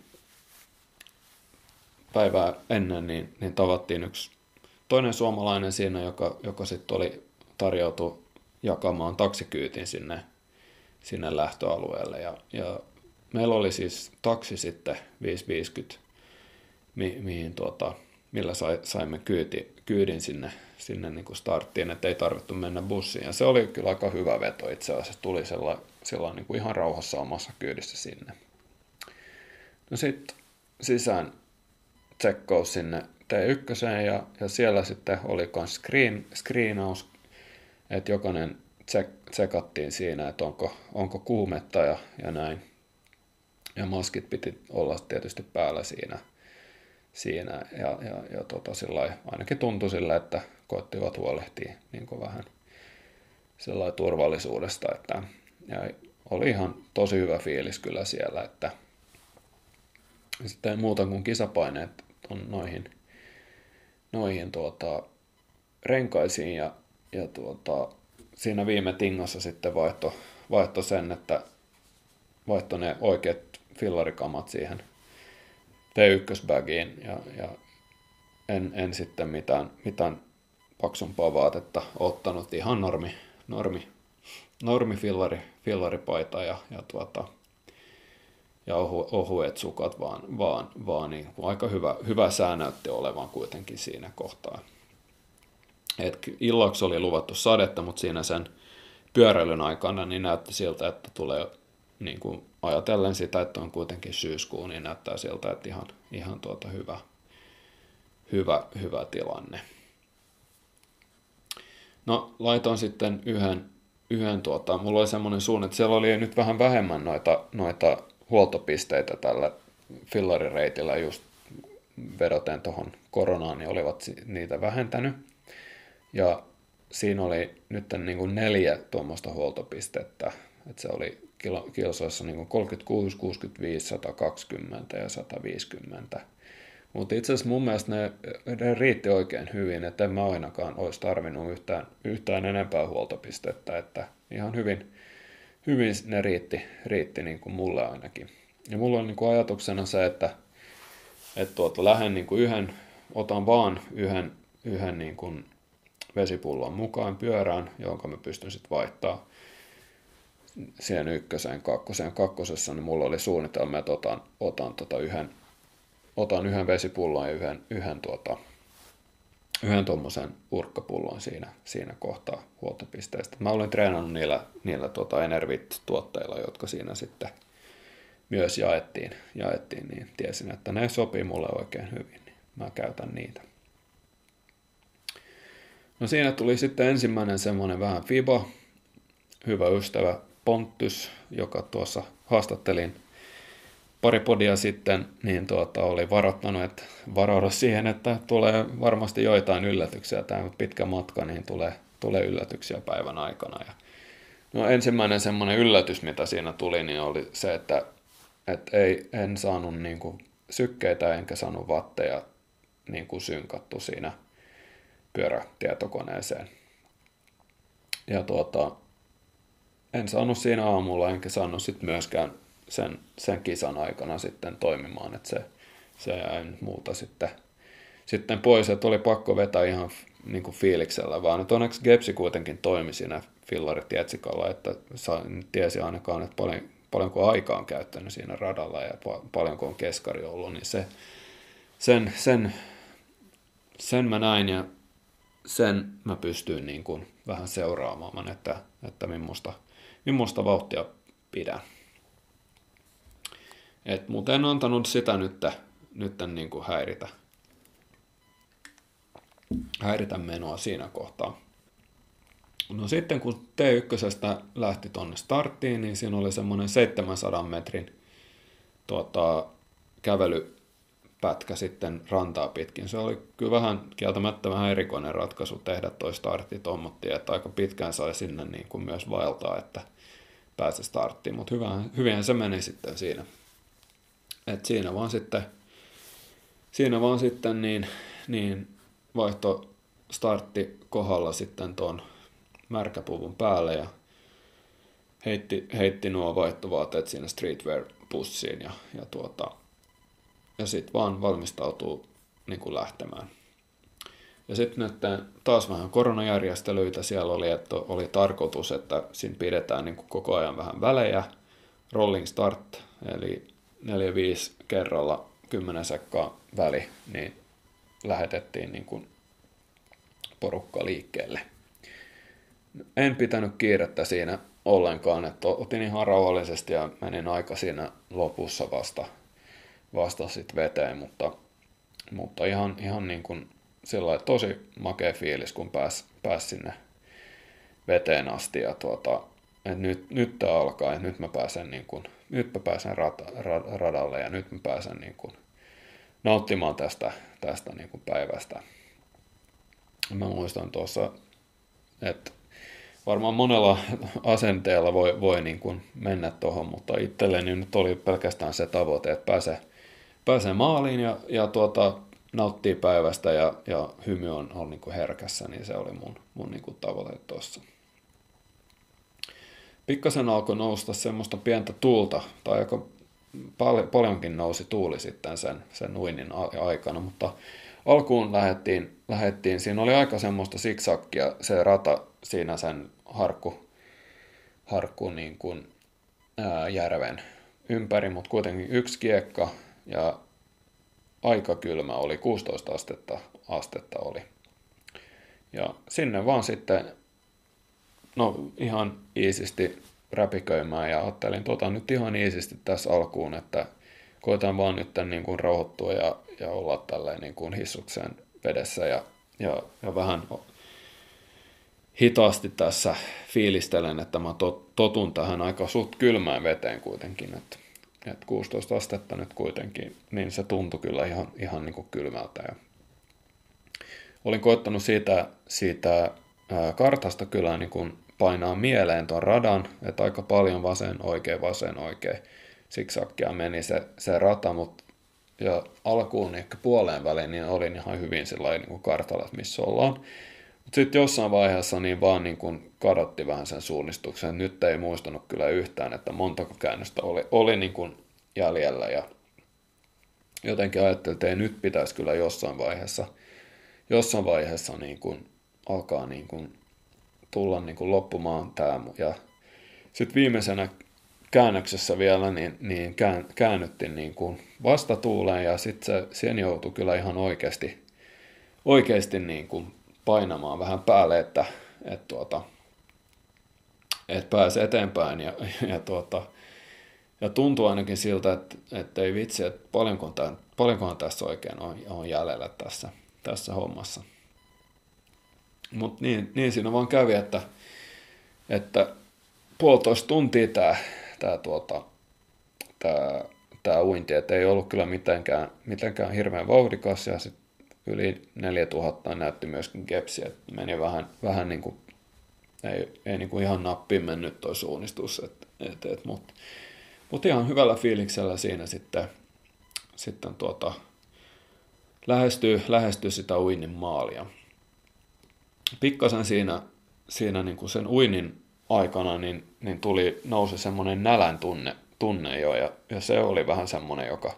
päivää ennen niin, niin tavattiin yksi toinen suomalainen siinä, joka, joka sitten oli tarjoutu jakamaan taksikyytin sinne, sinne lähtöalueelle. Ja, ja meillä oli siis taksi sitten viisi viisikymmentä, mi, mihin tuota, millä sai, saimme kyyti, kyydin sinne, sinne niin kuin starttiin, että ei tarvittu mennä bussiin. Ja se oli kyllä aika hyvä veto itse asiassa. Tuli sellainen, sellainen niin kuin ihan rauhassa omassa kyydissä sinne. No sitten sisään tsekkaus sinne T yksi ja, ja siellä sitten oli myös screen, screenaus, että jokainen tsek, tsekattiin siinä, että onko, onko kuumetta ja, ja näin. Ja maskit piti olla tietysti päällä siinä. siinä ja, ja, ja tota, sillai, ainakin tuntui sillä, että koettivat huolehtia niin kuin vähän sillai turvallisuudesta. Että, ja oli ihan tosi hyvä fiilis kyllä siellä, että sitten ei muuta kuin kisapaineet on noihin, noihin tuota, renkaisiin ja, ja tuota, siinä viime tingassa sitten vaihto, vaihto sen, että vaihto ne oikeat fillarikamat siihen T yksi-bagiin ja, ja en, en sitten mitään, mitään paksumpaa vaatetta ottanut, ihan normi, normi, normi fillari, fillaripaita ja, ja, tuota, ja ohu, ohuet sukat, vaan, vaan, vaan niin kuin aika hyvä, hyvä sää näytti olevan kuitenkin siinä kohtaa. Et illaksi oli luvattu sadetta, mutta siinä sen pyöräilyn aikana niin näytti siltä, että tulee niin kuin ajatellen sitä, että on kuitenkin syyskuu, niin näyttää siltä, että ihan, ihan tuota hyvä, hyvä, hyvä tilanne. No, laitoin sitten yhden, yhden tuota, mulla oli semmoinen suunne, että siellä oli nyt vähän vähemmän noita, noita huoltopisteitä tällä fillarireitillä just vedoten tuohon koronaan, niin olivat niitä vähentänyt. Ja siinä oli nyt niin kuin neljä tuommoista huoltopistettä, että se oli kilsoissa niin kuin kolmekymmentäkuusi, kuusikymmentäviisi, sata kaksikymmentä ja sata viisikymmentä. Mutta itse asiassa mun mielestä ne, ne riitti oikein hyvin, että en mä ainakaan olisi tarvinnut yhtään, yhtään enempää huoltopistettä, että ihan hyvin, hyvin ne riitti, riitti niin kuin mulle ainakin. Ja mulla on niin kuin ajatuksena se, että, että tuota, lähden niin kuin yhden, otan vaan yhden, yhden niin kuin vesipullon mukaan pyörään, jonka mä pystyn sitten vaihtamaan siihen ykköseen, kakkoseen. Kakkosessa niin mulla oli suunnitelma, että otan, otan, tota yhden, otan yhden vesipullon ja yhden, yhden, tuota, yhden tuommoisen urkkapullon siinä, siinä kohtaa huoltopisteestä. Mä olin treenannut niillä, niillä tuota Enervit-tuotteilla, jotka siinä sitten myös jaettiin, jaettiin, niin tiesin, että ne sopii mulle oikein hyvin, niin mä käytän niitä. No siinä tuli sitten ensimmäinen semmoinen vähän fiba, hyvä ystävä Pontus, joka tuossa haastattelin pari podia sitten, niin tuota, oli varoittanut, että varaudu siihen, että tulee varmasti joitain yllätyksiä. Tämä pitkä matka, niin tulee, tulee yllätyksiä päivän aikana. Ja no ensimmäinen semmoinen yllätys, mitä siinä tuli, niin oli se, että, että ei, en saanut niin kuin sykkeitä enkä saanut vatteja niin kuin synkattu siinä pyörätietokoneeseen. Ja tuota, en saanut siinä aamulla, enkä saanut sit myöskään sen, sen kisan aikana sitten toimimaan, että se, se jäi muuta sitten, sitten pois, että oli pakko vetää ihan niin kuin fiiliksellä, vaan että onneksi Gepsi kuitenkin toimi siinä fillaritetsikalla, että tiesi ainakaan, että paljon, paljonko aikaa on käyttänyt siinä radalla ja paljonko on keskari ollut, niin se, sen, sen, sen mä näin ja sen mä pystyin niin kuin vähän seuraamaan, että, että millaista, millaista vauhtia pidän. Et muuten en antanut sitä nyt, nyt niin kuin häiritä, häiritä menoa siinä kohtaa. No sitten kun T yksi lähti tonne starttiin, niin siinä oli semmoinen seitsemänsadan metrin tuota, kävelypätkä sitten rantaa pitkin. Se oli kyllä vähän kieltämättä vähän erikoinen ratkaisu tehdä toi startti tommottiin, että aika pitkään sai sinne niin kuin myös vaeltaa, että pääsi starttiin, mutta hyvinhän se meni sitten siinä. Et siinä vaan sitten, siinä vaan sitten niin, niin vaihto startti kohdalla sitten tuon märkäpuvun päälle ja heitti, heitti nuo vaihtovaateet siinä streetwear-pussiin ja, ja, tuota, ja sitten vaan valmistautuu niin kuin lähtemään. Ja sitten nyt taas vähän koronajärjestelyitä siellä oli, että oli tarkoitus, että siinä pidetään niin kuin koko ajan vähän välejä, rolling start, eli neljä viisi kerralla kymmenen sekkaa väli, niin lähetettiin niin kuin porukka liikkeelle. En pitänyt kiirettä siinä ollenkaan, että otin ihan rauhallisesti ja menin aika siinä lopussa vasta, vasta sit veteen, mutta, mutta ihan, ihan niin kuin sillä tosi makea fiilis, kun pääsi pääs sinne veteen asti ja tuota, että nyt, nyt tämä alkaa ja nyt mä pääsen, niin kuin, nyt mä pääsen rata, radalle ja nyt mä pääsen niin kuin nauttimaan tästä, tästä niin kuin päivästä. Mä muistan tuossa, että varmaan monella asenteella voi, voi niin kuin mennä tuohon, mutta itselleni nyt oli pelkästään se tavoite, että pääsee, pääsee maaliin ja, ja tuota, nauttii päivästä ja, ja hymy on, on niin kuin herkässä, niin se oli mun, mun niin kuin tavoite tuossa. Pikkasen alkoi nousta semmoista pientä tuulta, tai aika pal- paljonkin nousi tuuli sitten sen, sen uinnin aikana, mutta alkuun lähdettiin, lähdettiin, siinä oli aika semmoista siksakkia se rata siinä sen harkku, harkku niin kuin, ää, järven ympäri, mutta kuitenkin yksi kiekka ja aika kylmä oli, kuusitoista astetta, astetta oli. Ja sinne vaan sitten, no ihan iisisti räpiköimään ja ajattelin tota nyt ihan iisisti tässä alkuun, että koitan vaan nyt niin kuin rauhoittua ja, ja olla tälleen niin kuin hissukseen vedessä ja, ja, ja vähän hitaasti tässä fiilistelen, että mä totun tähän aika suht kylmään veteen kuitenkin, että, että kuusitoista astetta nyt kuitenkin, niin se tuntui kyllä ihan, ihan niin kuin kylmältä. Ja olin koittanut siitä, siitä ää, kartasta kyllä niin kuin painaa mieleen tuon radan, että aika paljon vasen oikein, vasen oikein siksakkia meni se, se rata, mutta ja alkuun ehkä puoleen väliin niin olin ihan hyvin sellainen niin kuin kartalla, että missä ollaan. Mutta sitten jossain vaiheessa niin vaan niin kuin kadotti vähän sen suunnistuksen. Nyt ei muistanut kyllä yhtään, että montako käännöstä oli, oli niin kuin jäljellä. Ja jotenkin ajattelin, että ei, nyt pitäisi kyllä jossain vaiheessa, jossain vaiheessa niin kuin alkaa niin kuin tulla niin kuin loppumaan tämä. Ja sitten viimeisenä käännöksessä vielä niin, niin kään, käännyttiin niin kuin vastatuuleen ja sitten se, siihen joutui kyllä ihan oikeasti, oikeasti niin kuin painamaan vähän päälle, että, että, tuota, että pääsee eteenpäin ja, ja, tuota, ja tuntuu ainakin siltä, että, että ei vitsi, että paljonko tämän, paljonkohan tässä oikein on, on jäljellä tässä, tässä hommassa. Mutta niin, niin siinä vaan kävi, että, että puolitoista tuntia tämä Tämä, tuota, tämä, tämä uinti, että ei ollut kyllä mitenkään, mitenkään hirveän vauhdikas ja sitten yli neljätuhatta näytti myöskin gepsi, että meni vähän, vähän niin kuin, ei, ei niin kuin ihan nappiin mennyt tuo suunnistus, et, et, et, mutta mut ihan hyvällä fiiliksellä siinä sitten, sitten tuota, lähestyy, lähestyy sitä uinnin maalia. Pikkasen siinä, siinä niin kuin sen uinnin aikana niin, niin tuli, nousi semmoinen nälän tunne, tunne jo, ja, ja se oli vähän semmoinen, joka,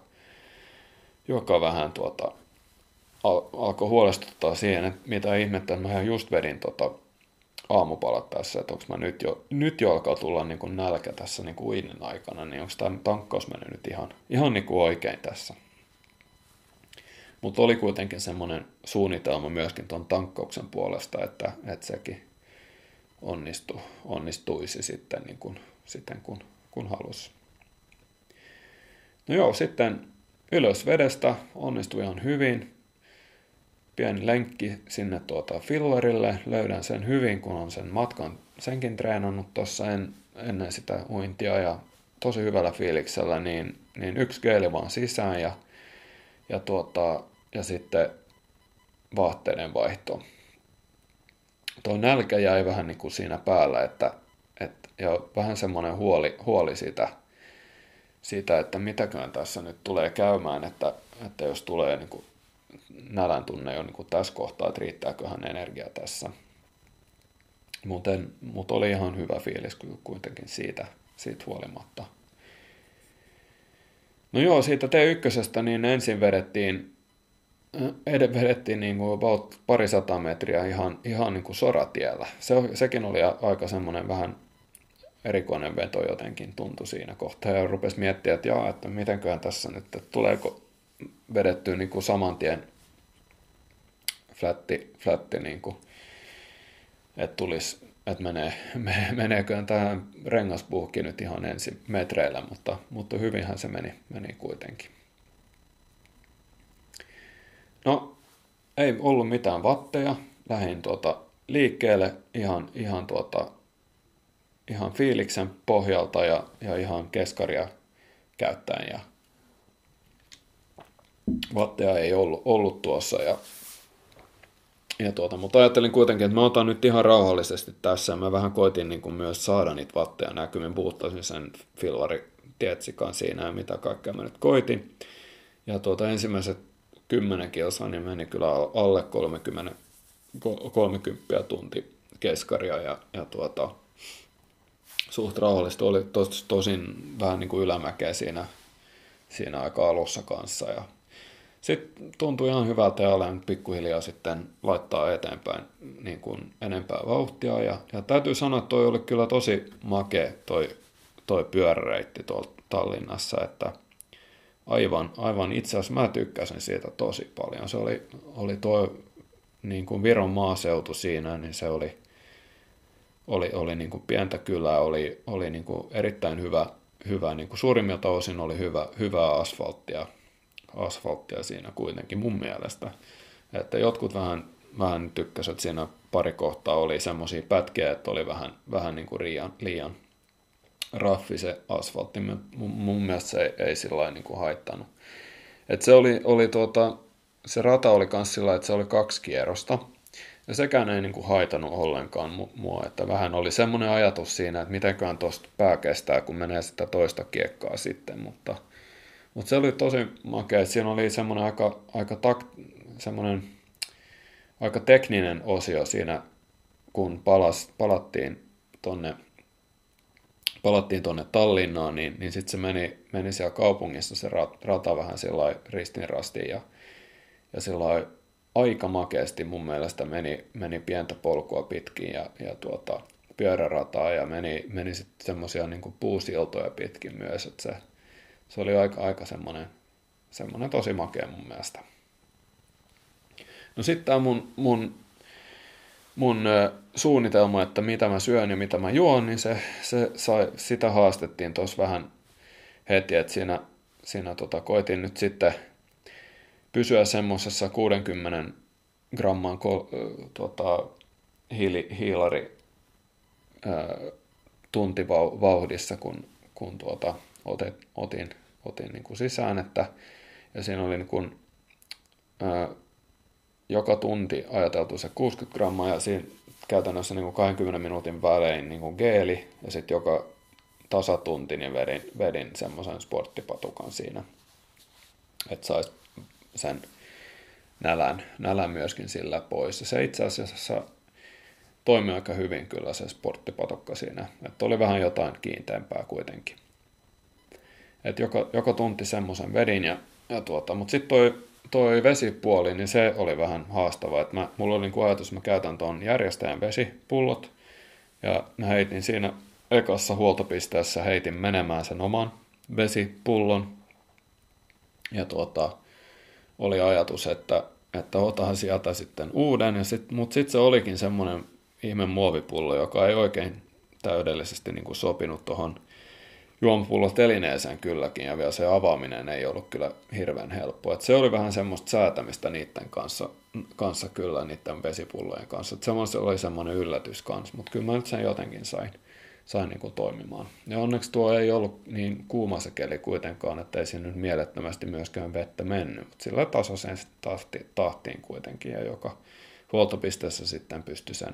joka vähän tuota, al, alkoi huolestuttaa siihen, että mitä ihmettä, että mä just vedin tota aamupalat tässä, että onko mä nyt jo, nyt jo alkaa tulla niin kuin nälkä tässä niin kuin uinnin aikana, niin onko tämä tankkaus mennyt nyt ihan, ihan niin kuin oikein tässä. Mutta oli kuitenkin semmoinen suunnitelma myöskin tuon tankkauksen puolesta, että, että sekin onnistu, onnistuisi sitten, niin kuin, sitten kun, kun halusi. No joo, sitten ylös vedestä onnistui ihan hyvin. Pieni lenkki sinne tuota fillerille. Löydän sen hyvin, kun on sen matkan senkin treenannut tuossa en, ennen sitä uintia ja tosi hyvällä fiiliksellä, niin, niin yksi geeli vaan sisään ja, ja, tuota, ja sitten vaatteiden vaihto. Tuo nälkä jäi vähän niin kuin siinä päällä, että, että, ja vähän semmoinen huoli, huoli siitä, siitä, että mitäköhän tässä nyt tulee käymään, että, että jos tulee niin kuin nälän tunne jo niin kuin tässä kohtaa, että riittääköhän energia tässä. Mutta mut oli ihan hyvä fiilis kuitenkin siitä, siitä huolimatta. No joo, siitä T yksi niin ensin vedettiin, ed- vedettiin niin kuin about parisataa metriä ihan, ihan niin kuin soratiellä. Se, sekin oli aika semmoinen vähän erikoinen veto jotenkin tuntui siinä kohtaa. Ja rupesi miettimään, että jaa, että mitenköhän tässä nyt, että tuleeko vedettyä niin kuin saman tien flatti, flatti niin kuin, että tulisi, että menee, meneeköhän tähän rengaspuhki nyt ihan ensin metreillä, mutta, mutta hyvinhän se meni, meni kuitenkin. No, ei ollut mitään vatteja, lähdin tuota liikkeelle ihan, ihan, tuota, ihan fiiliksen pohjalta ja, ja ihan keskaria käyttäen ja vatteja ei ollut, ollut tuossa ja Ja tuota, mutta ajattelin kuitenkin, että mä otan nyt ihan rauhallisesti tässä. Mä vähän koitin niin kuin myös saada niitä vatteja näkymin. Puhuttaisin sen filvari tietsikan siinä ja mitä kaikkea mä nyt koitin. Ja tuota, ensimmäiset kymmenen kilsaa niin meni kyllä alle kolmekymmentä, kolmekymmentä tunti keskaria. Ja, ja tuota, suht rauhallista oli tos, tosin vähän niin kuin ylämäkeä siinä, siinä aika alussa kanssa. Ja sitten tuntui ihan hyvältä ja olen pikkuhiljaa sitten laittaa eteenpäin niin kuin enempää vauhtia. Ja, ja täytyy sanoa, että toi oli kyllä tosi makea toi, toi pyöräreitti tuolla Tallinnassa, että aivan, aivan itse asiassa mä tykkäsin siitä tosi paljon. Se oli, oli toi niin kuin Viron maaseutu siinä, niin se oli, oli, oli niin kuin pientä kylää, oli, oli niin kuin erittäin hyvä, hyvä niin kuin suurimmilta osin oli hyvä, hyvää asfalttia. asfalttia siinä kuitenkin mun mielestä. Että jotkut vähän, vähän tykkäsivät, että siinä pari kohtaa oli semmoisia pätkiä, että oli vähän, vähän niin kuin liian, liian raffi se asfaltti. Mun, mun mielestä se ei, ei sillä lailla niin kuin haittanut. Että se oli, oli tuota, se rata oli kans sillä, että se oli kaksi kierrosta. Ja sekään ei niin kuin haitannut ollenkaan mua, että vähän oli semmoinen ajatus siinä, että mitenköhän tuosta pää kestää, kun menee sitä toista kiekkaa sitten, mutta Mutta se oli tosi makea, että siinä oli semmoinen aika, aika, tak, semmoinen aika tekninen osio siinä, kun palas, palattiin tonne palattiin tonne Tallinnaan, niin, niin sitten se meni, meni siellä kaupungissa se rata vähän sillä ristin rastiin ja, ja sillä aika makeasti mun mielestä meni, meni pientä polkua pitkin ja, ja tuota, pyörärataa ja meni, meni sitten semmoisia niin kuin puusiltoja pitkin myös, että se Se oli aika, aika semmoinen, semmoinen tosi makea mun mielestä. No sitten tämä mun, mun, mun suunnitelma, että mitä mä syön ja mitä mä juon, niin se, se sai, sitä haastettiin tuossa vähän heti, että siinä, siinä tota, koitin nyt sitten pysyä semmoisessa kuudenkymmenen gramman kol, tota, hiili, hiilari ää, tuntivauhdissa, kun, kun tuota, otet, otin, otin niin kuin sisään, että, ja siinä oli niin kuin, ää, joka tunti ajateltu se kuusikymmentä grammaa, ja siinä käytännössä niin kuin kahdenkymmenen minuutin välein niin kuin geeli, ja sitten joka tasatunti niin vedin, vedin semmoisen sporttipatukan siinä, että saisi sen nälän, nälän myöskin sillä pois. Ja se itse asiassa toimi aika hyvin kyllä se sporttipatukka siinä, että oli vähän jotain kiinteämpää kuitenkin. Et joka, joka tunti semmoisen vedin, ja, ja tuota, mutta sitten toi, toi vesipuoli, niin se oli vähän haastava. Et mä, mulla oli niinku ajatus, että mä käytän tuon järjestäjän vesipullot, ja mä heitin siinä ekassa huoltopisteessä, heitin menemään sen oman vesipullon, ja tuota, oli ajatus, että, että otan sieltä sitten uuden, ja sit, mutta sitten se olikin semmoinen ihme muovipullo, joka ei oikein täydellisesti niinku sopinut tuohon juomapullo-telineeseen kylläkin, ja vielä se avaaminen ei ollut kyllä hirveän helppoa. Et se oli vähän semmoista säätämistä niiden kanssa, kanssa kyllä, niiden vesipullojen kanssa. Et se oli semmoinen yllätys kanssa, mutta kyllä mä nyt sen jotenkin sain, sain niinku toimimaan. Ja onneksi tuo ei ollut niin kuuma se keli kuitenkaan, että ei siinä nyt mielettömästi myöskään vettä mennyt, mutta sillä tasaisen tahti, tahtiin kuitenkin, ja joka huoltopisteessä sitten pystyi sen,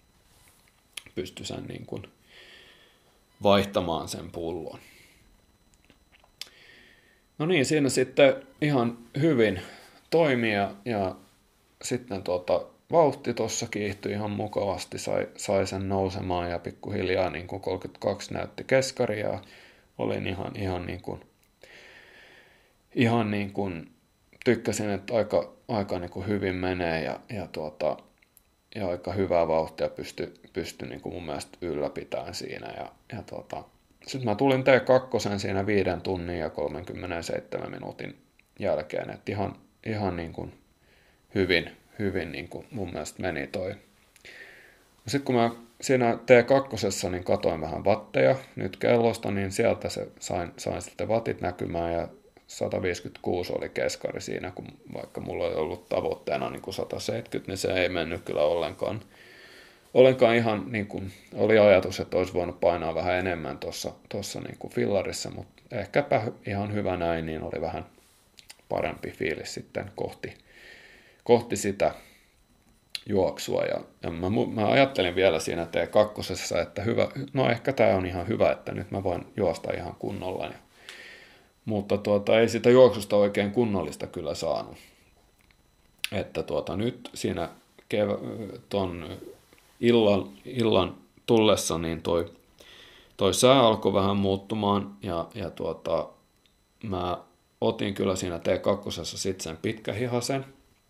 pystyi sen niin kuin vaihtamaan sen pullon. No niin, siinä sitten ihan hyvin toimi ja, ja sitten tuota, vauhti tuossa kiihtyi ihan mukavasti, sai, sai sen nousemaan ja pikkuhiljaa niin kuin kolmekymmentäkaksi näytti keskari ja olin ihan, ihan niin kuin, ihan niin kuin tykkäsin, että aika, aika niin kuin hyvin menee ja, ja, tuota, ja aika hyvää vauhtia pystyi pysty niin kuin mun mielestä ylläpitämään siinä. Ja, ja tuota, sitten mä tulin T kaksi siinä viiden tunnin ja kolmenkymmenenseitsemän minuutin jälkeen, että ihan, ihan niin kuin hyvin, hyvin niin kuin mun mielestä meni toi. Sitten kun mä siinä T kaksi niin katoin vähän watteja nyt kellosta, niin sieltä se sain, sain sitten watit näkymään ja sata viisikymmentäkuusi oli keskari siinä, kun vaikka mulla oli ollut tavoitteena niin kuin sata seitsemänkymmentä, niin se ei mennyt kyllä ollenkaan. Ollenkaan ihan niin kuin oli ajatus, että olisi voinut painaa vähän enemmän tuossa tossa niin kuin fillarissa, mutta ehkäpä ihan hyvä näin, niin oli vähän parempi fiilis sitten kohti, kohti sitä juoksua. Ja, ja mä, mä ajattelin vielä siinä T kaksi, että hyvä, no ehkä tämä on ihan hyvä, että nyt mä voin juosta ihan kunnolla. Mutta tuota, ei sitä juoksusta oikein kunnollista kyllä saanut. Että tuota, nyt siinä kevä, ton illan, illan tullessa niin toi, toi sää alkoi vähän muuttumaan ja, ja tuota, mä otin kyllä siinä T kaksi sitten sen pitkähihasen.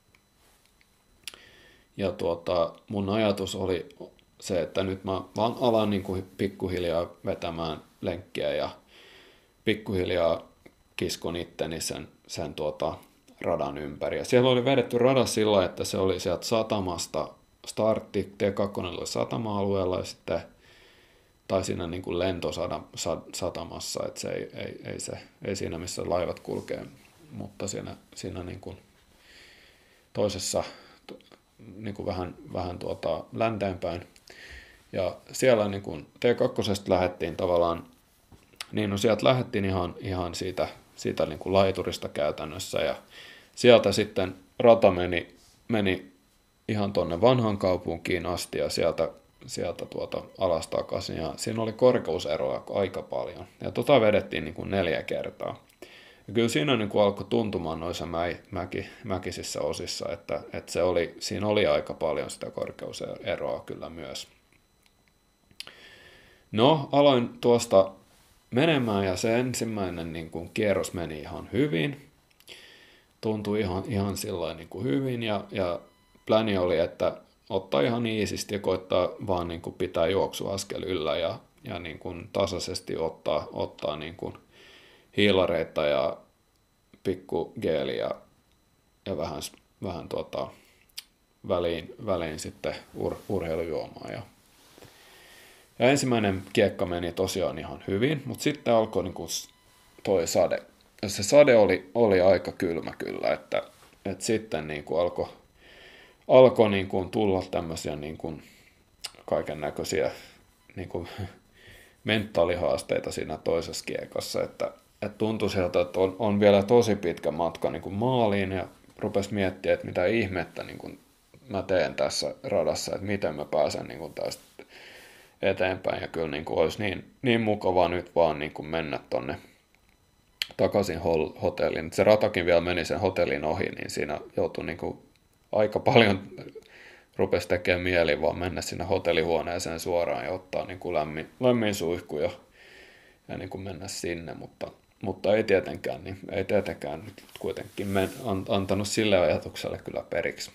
Ja tuota, mun ajatus oli se, että nyt mä vaan alan niin kuin pikkuhiljaa vetämään lenkkiä ja pikkuhiljaa kiskon itteni sen, sen tuota radan ympäri. Ja siellä oli vedetty rada sillä, että se oli sieltä satamasta startti, T kaksi oli satama-alueella ja sitten, tai siinä niin kuin lentosatamassa, että se ei, ei, ei, se, ei siinä missä laivat kulkee, mutta siinä, siinä niin kuin toisessa niin kuin vähän, vähän tuota länteenpäin. Ja siellä niin kuin T kaksi lähdettiin tavallaan, niin no sieltä lähdettiin ihan, ihan siitä, siitä niin kuin laiturista käytännössä ja sieltä sitten rata meni, meni ihan tuonne vanhaan kaupunkiin asti ja sieltä, sieltä tuota alas takaisin ja siinä oli korkeuseroa aika paljon ja tota vedettiin niin kuin neljä kertaa. Ja kyllä siinä niin kuin alkoi tuntumaan noissa mäi, mäki, mäkisissä osissa, että, että se oli, siinä oli aika paljon sitä korkeuseroa kyllä myös. No, aloin tuosta menemään ja se ensimmäinen niin kuin kierros meni ihan hyvin. Tuntui ihan, ihan sillain niin kuin hyvin ja, ja pläni oli, että ottaa ihan iisisti ja koittaa vaan niin kuin pitää juoksuaskel yllä ja, ja niin kuin tasaisesti ottaa, ottaa niin kuin hiilareita ja pikkugeeliä ja vähän, vähän tuota, väliin, väliin sitten ur, urheilujuomaa. Ja, ja ensimmäinen kiekka meni tosiaan ihan hyvin, mutta sitten alkoi niin kuin toi sade. Ja se sade oli, oli aika kylmä kyllä, että, että sitten niin kuin alkoi alko niin kuin tulla tämmöisiä niin kuin kaiken näköisiä niin kuin mentaalihaasteita siinä toisessa kiekassa, että että tuntui sieltä, että on, on vielä tosi pitkä matka niin kuin maaliin ja rupesi miettimään, että mitä ihmettä niin kuin mä teen tässä radassa, että miten mä pääsen niin kuin tästä eteenpäin ja kyllä niin kuin olisi niin, niin mukavaa nyt vaan niin kuin mennä tonne takaisin hotelliin. Se ratakin vielä meni sen hotellin ohi, niin siinä joutui niin kuin aika paljon rupesi tekemään mieli vaan mennä sinne hotellihuoneeseen suoraan ja ottaa niin kuin lämmin, lämmin suihku ja, ja niin kuin mennä sinne, mutta Mutta ei tietenkään, niin ei tietenkään nyt kuitenkin men, an, antanut sille ajatukselle kyllä periksi.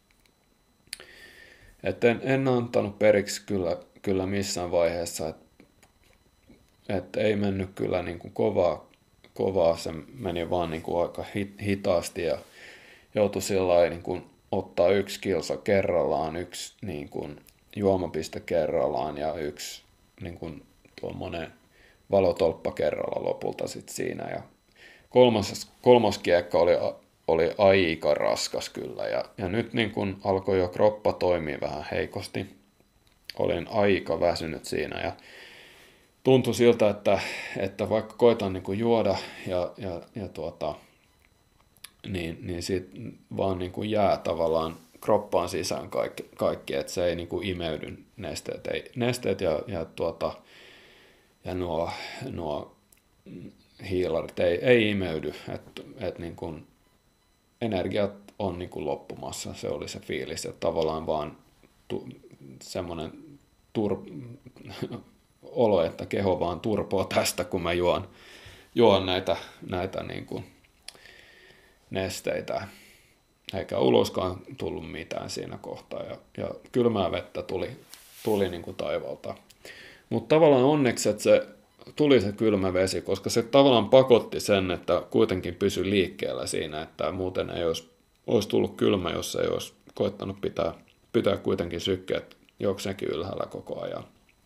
Et en, en antanut periksi kyllä, kyllä missään vaiheessa, että et ei mennyt kyllä niin kuin kovaa, kovaa, se meni vaan niin kuin aika hitaasti ja joutui sillä niin kuin ottaa yksi kilsa kerrallaan, yksi niin kuin juomapiste kerrallaan ja yksi niin kuin tuommoinen valotolppa kerralla lopulta sitten siinä. Ja kolmas, kolmas kiekka oli, oli aika raskas kyllä. Ja, ja nyt niin kun alkoi jo kroppa toimia vähän heikosti. Olin aika väsynyt siinä ja tuntui siltä, että, että vaikka koitan niin kuin juoda ja, ja, ja tuota, niin, niin siitä vaan niin kuin jää tavallaan kroppaan sisään kaikki, kaikki että se ei niin kuin imeydy nesteet, ei, nesteet ja, ja tuota, ja nuo, nuo hiilarit ei, ei imeydy, että et niin kuin energiat on niin kuin loppumassa, se oli se fiilis, että tavallaan vaan tu, semmoinen tur, olo, että keho vaan turpoo tästä, kun mä juon, juon näitä, näitä niin kuin nesteitä, eikä uloskaan tullut mitään siinä kohtaa, ja, ja kylmää vettä tuli, tuli niin kuin taivaalta. Mutta tavallaan onneksi, että se tuli se kylmä vesi, koska se tavallaan pakotti sen, että kuitenkin pysyi liikkeellä siinä, että muuten ei olisi, olisi tullut kylmä, jos ei olisi koittanut pitää, pitää kuitenkin sykkeet jokseenkin ylhäällä koko ajan.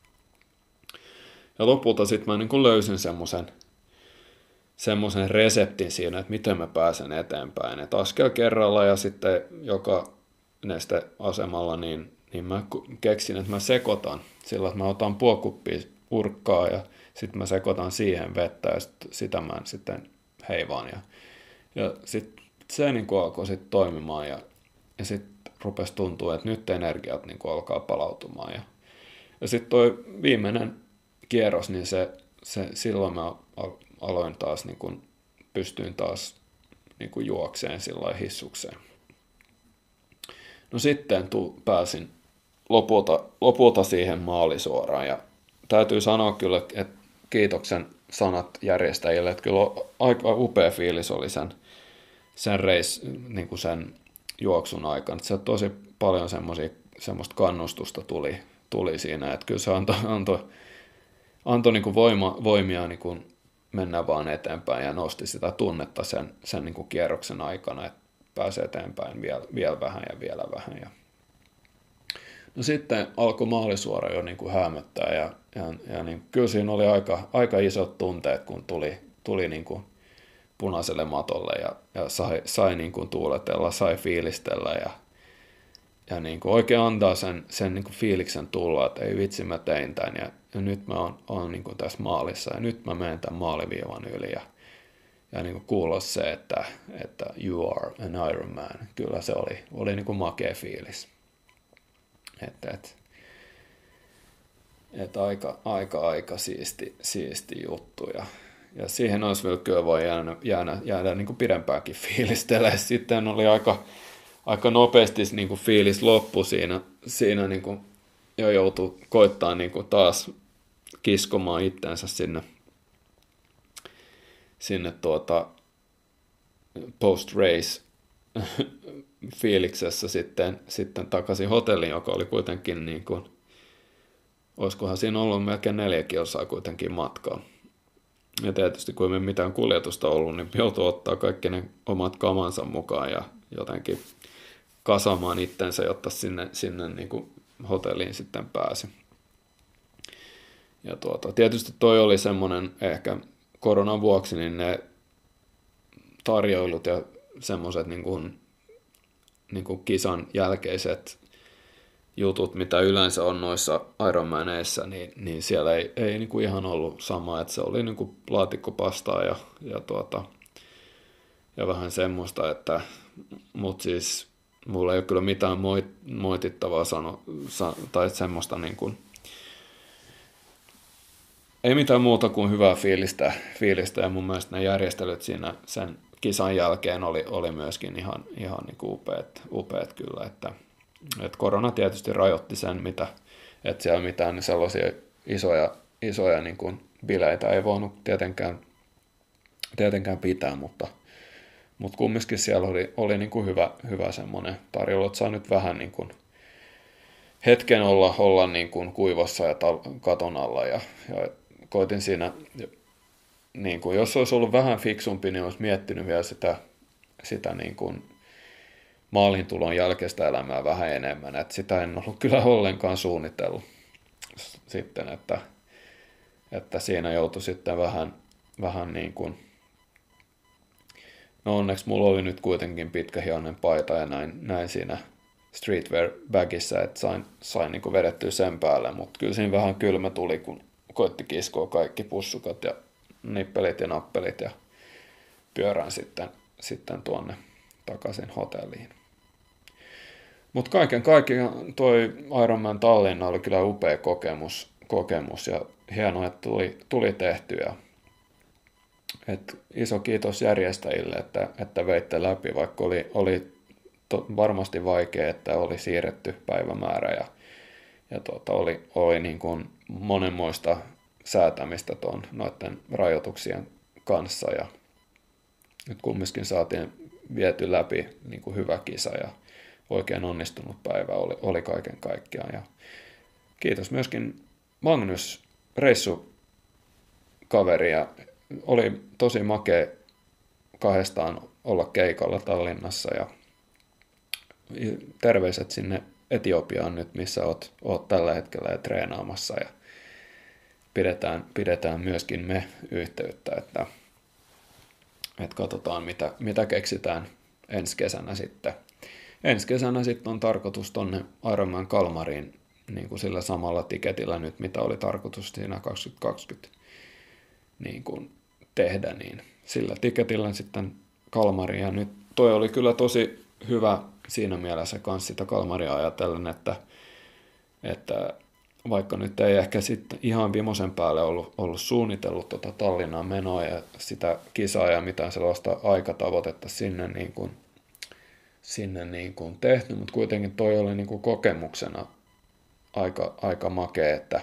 Ja lopulta sitten mä niin kuin löysin semmoisen semmoisen reseptin siinä, että miten mä pääsen eteenpäin. Että askel kerralla ja sitten joka nesteasemalla, niin, niin mä keksin, että mä sekoitan sillä, että mä otan puokuppia urkkaa ja sitten mä sekoitan siihen vettä ja sit, sitä mä sitten heivaan. Ja, ja sitten se niin kuin alkoi sitten toimimaan ja, ja sitten rupesi tuntua, että nyt energiat niin kuin alkaa palautumaan. Ja, ja sitten toi viimeinen kierros, niin se, se silloin mä aloin taas, niin kuin, pystyin taas niin kuin juokseen sillä hissukseen. No sitten tu, pääsin lopulta, lopulta siihen maalisuoraan ja täytyy sanoa kyllä, että kiitoksen sanat järjestäjille, että kyllä aika upea fiilis oli sen, sen, reis, niin kuin sen juoksun aikana. Se tosi paljon semmoista kannustusta tuli, tuli siinä, että kyllä se antoi, antoi, antoi niin kuin voima, voimia niin kuin mennä vaan eteenpäin ja nosti sitä tunnetta sen, sen niin kuin kierroksen aikana, että pääsee eteenpäin vielä, vielä vähän ja vielä vähän. Ja no sitten alkoi maalisuora jo niin kuin häämöttää ja, ja, ja niin, kyllä siinä oli aika, aika isot tunteet, kun tuli, tuli niin kuin punaiselle matolle ja, ja sai, sai niin kuin tuuletella, sai fiilistellä ja, ja niin kuin oikein antaa sen, sen niin kuin fiiliksen tulla, että ei vitsi mä tein tämän ja, ja nyt mä oon, oon niin kuin tässä maalissa ja nyt mä menen tämän maaliviivan yli ja, ja niin kuin kuulla se, että, että you are an Iron Man. Kyllä se oli, oli niin kuin makea fiilis. Että et, et aika, aika, aika siisti, siisti juttu ja, ja siihen olisi vielä kyllä voi jäädä, jäädä, jäädä niin kuin pidempäänkin fiilistelemään. Sitten oli aika, aika nopeasti niin kuin fiilis loppu siinä, siinä niin kuin jo joutui koittaa niin kuin taas kiskomaan itteensä sinne, sinne tuota post-race fiiliksessä sitten, sitten takaisin hotelliin, joka oli kuitenkin niin kuin, olisikohan siinä ollut melkein neljä kilsaa kuitenkin matkaa. Ja tietysti kun ei mitään kuljetusta ollut, niin joutui ottaa kaikki ne omat kamansa mukaan ja jotenkin kasaamaan itsensä, jotta sinne, sinne niin kuin hotelliin sitten pääsi. Ja tuota, tietysti toi oli semmoinen ehkä koronan vuoksi, niin ne tarjoilut ja semmoiset niin kuin, niin kuin kisan jälkeiset jutut, mitä yleensä on noissa Ironmaneissa, niin, niin siellä ei, ei niin kuin ihan ollut sama, että se oli niin kuin laatikkopastaa ja, ja, tuota, ja vähän semmoista, että mut siis mulla ei ole kyllä mitään moit, moitittavaa sano, sa, tai semmoista niin kuin, ei mitään muuta kuin hyvää fiilistä, fiilistä ja mun mielestä ne järjestelyt siinä sen kisan jälkeen oli, oli myöskin ihan, ihan niin kuin upeat, upeat kyllä, että, että korona tietysti rajoitti sen, mitä, että siellä mitään sellaisia isoja, isoja niin kuin bileitä ei voinut tietenkään, tietenkään pitää, mutta, mutta kumminkin siellä oli, oli niin kuin hyvä, hyvä semmoinen tarjolla, että saa nyt vähän niin kuin hetken olla, olla niin kuin kuivassa ja tal- katon alla ja, ja koitin siinä, niin kuin, jos olisi ollut vähän fiksumpi, niin olisi miettinyt vielä sitä, sitä niin kuin maalintulon jälkeistä elämää vähän enemmän. Et sitä en ollut kyllä ollenkaan suunnitellut sitten, että, että siinä joutui sitten vähän, vähän niin kuin, no onneksi mulla oli nyt kuitenkin pitkähihainen paita ja näin, näin siinä streetwear-bagissa, että sain, sain niin kuin vedettyä sen päälle, mutta kyllä siinä vähän kylmä tuli, kun koitti kiskoa kaikki pussukat ja nippelit ja nappelit ja pyörään sitten, sitten tuonne takaisin hotelliin. Mutta kaiken kaikkiaan toi Ironman Tallinna oli kyllä upea kokemus, kokemus ja hienoa, että tuli, tuli tehty. Ja, et iso kiitos järjestäjille, että, että veitte läpi, vaikka oli, oli to, varmasti vaikea, että oli siirretty päivämäärä ja, ja tuota, oli, oli niin kuin monenmoista säätämistä tuon noiden rajoituksien kanssa ja nyt kumminkin saatiin viety läpi niin kuin hyvä kisa ja oikein onnistunut päivä oli, oli kaiken kaikkiaan. Ja kiitos myöskin Magnus reissukaveri ja oli tosi makea kahdestaan olla keikalla Tallinnassa ja terveiset sinne Etiopiaan nyt, missä oot, oot tällä hetkellä ja treenaamassa ja pidetään, pidetään myöskin me yhteyttä, että, että katsotaan mitä, mitä keksitään ensi kesänä sitten. Ensi kesänä sitten on tarkoitus tonne Ironman Kalmariin niin kuin sillä samalla tiketillä nyt, mitä oli tarkoitus siinä kaksituhattakaksikymmentä niin kuin tehdä, niin sillä tiketillä sitten Kalmariin. Ja nyt toi oli kyllä tosi hyvä siinä mielessä kanssa sitä Kalmaria ajatellen, että, että vaikka nyt ei ehkä sitten ihan viimeisen päälle ollut, ollut suunnitellut tuota Tallinnaan menoa ja sitä kisaa ja mitään sellaista aikatavoitetta sinne niin kuin, sinne niin kuin tehty, mutta kuitenkin toi oli niin kuin kokemuksena aika, aika makea, että,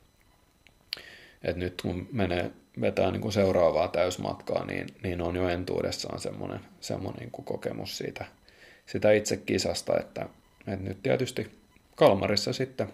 että nyt kun menee vetää niin kuin seuraavaa täysmatkaa, niin, niin on jo entuudessaan semmoinen, semmoinen niin kuin kokemus siitä, sitä itse kisasta, että, että nyt tietysti Kalmarissa sitten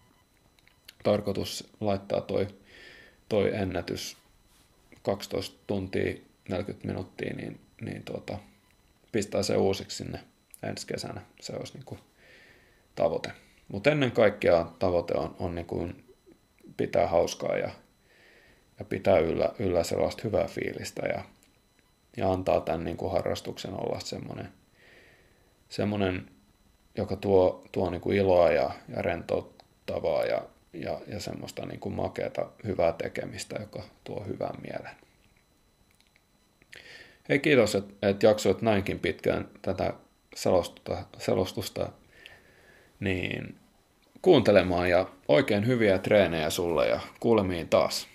tarkoitus laittaa toi, toi ennätys kaksitoista tuntia neljäkymmentä minuuttia, niin, niin tuota, pistää se uusiksi sinne ensi kesänä. Se olisi niin kuin tavoite. Mutta ennen kaikkea tavoite on, on niin kuin pitää hauskaa ja, ja pitää yllä, yllä sellaista hyvää fiilistä ja, ja antaa tämän niin kuin harrastuksen olla semmoinen, semmoinen joka tuo, tuo niin kuin iloa ja, ja rentouttavaa ja, ja, ja semmoista niin kuin makeata hyvää tekemistä, joka tuo hyvän mielen. Hei, kiitos, että et jaksoit näinkin pitkään tätä selostusta, selostusta niin kuuntelemaan ja oikein hyviä treenejä sulle ja kuulemiin taas.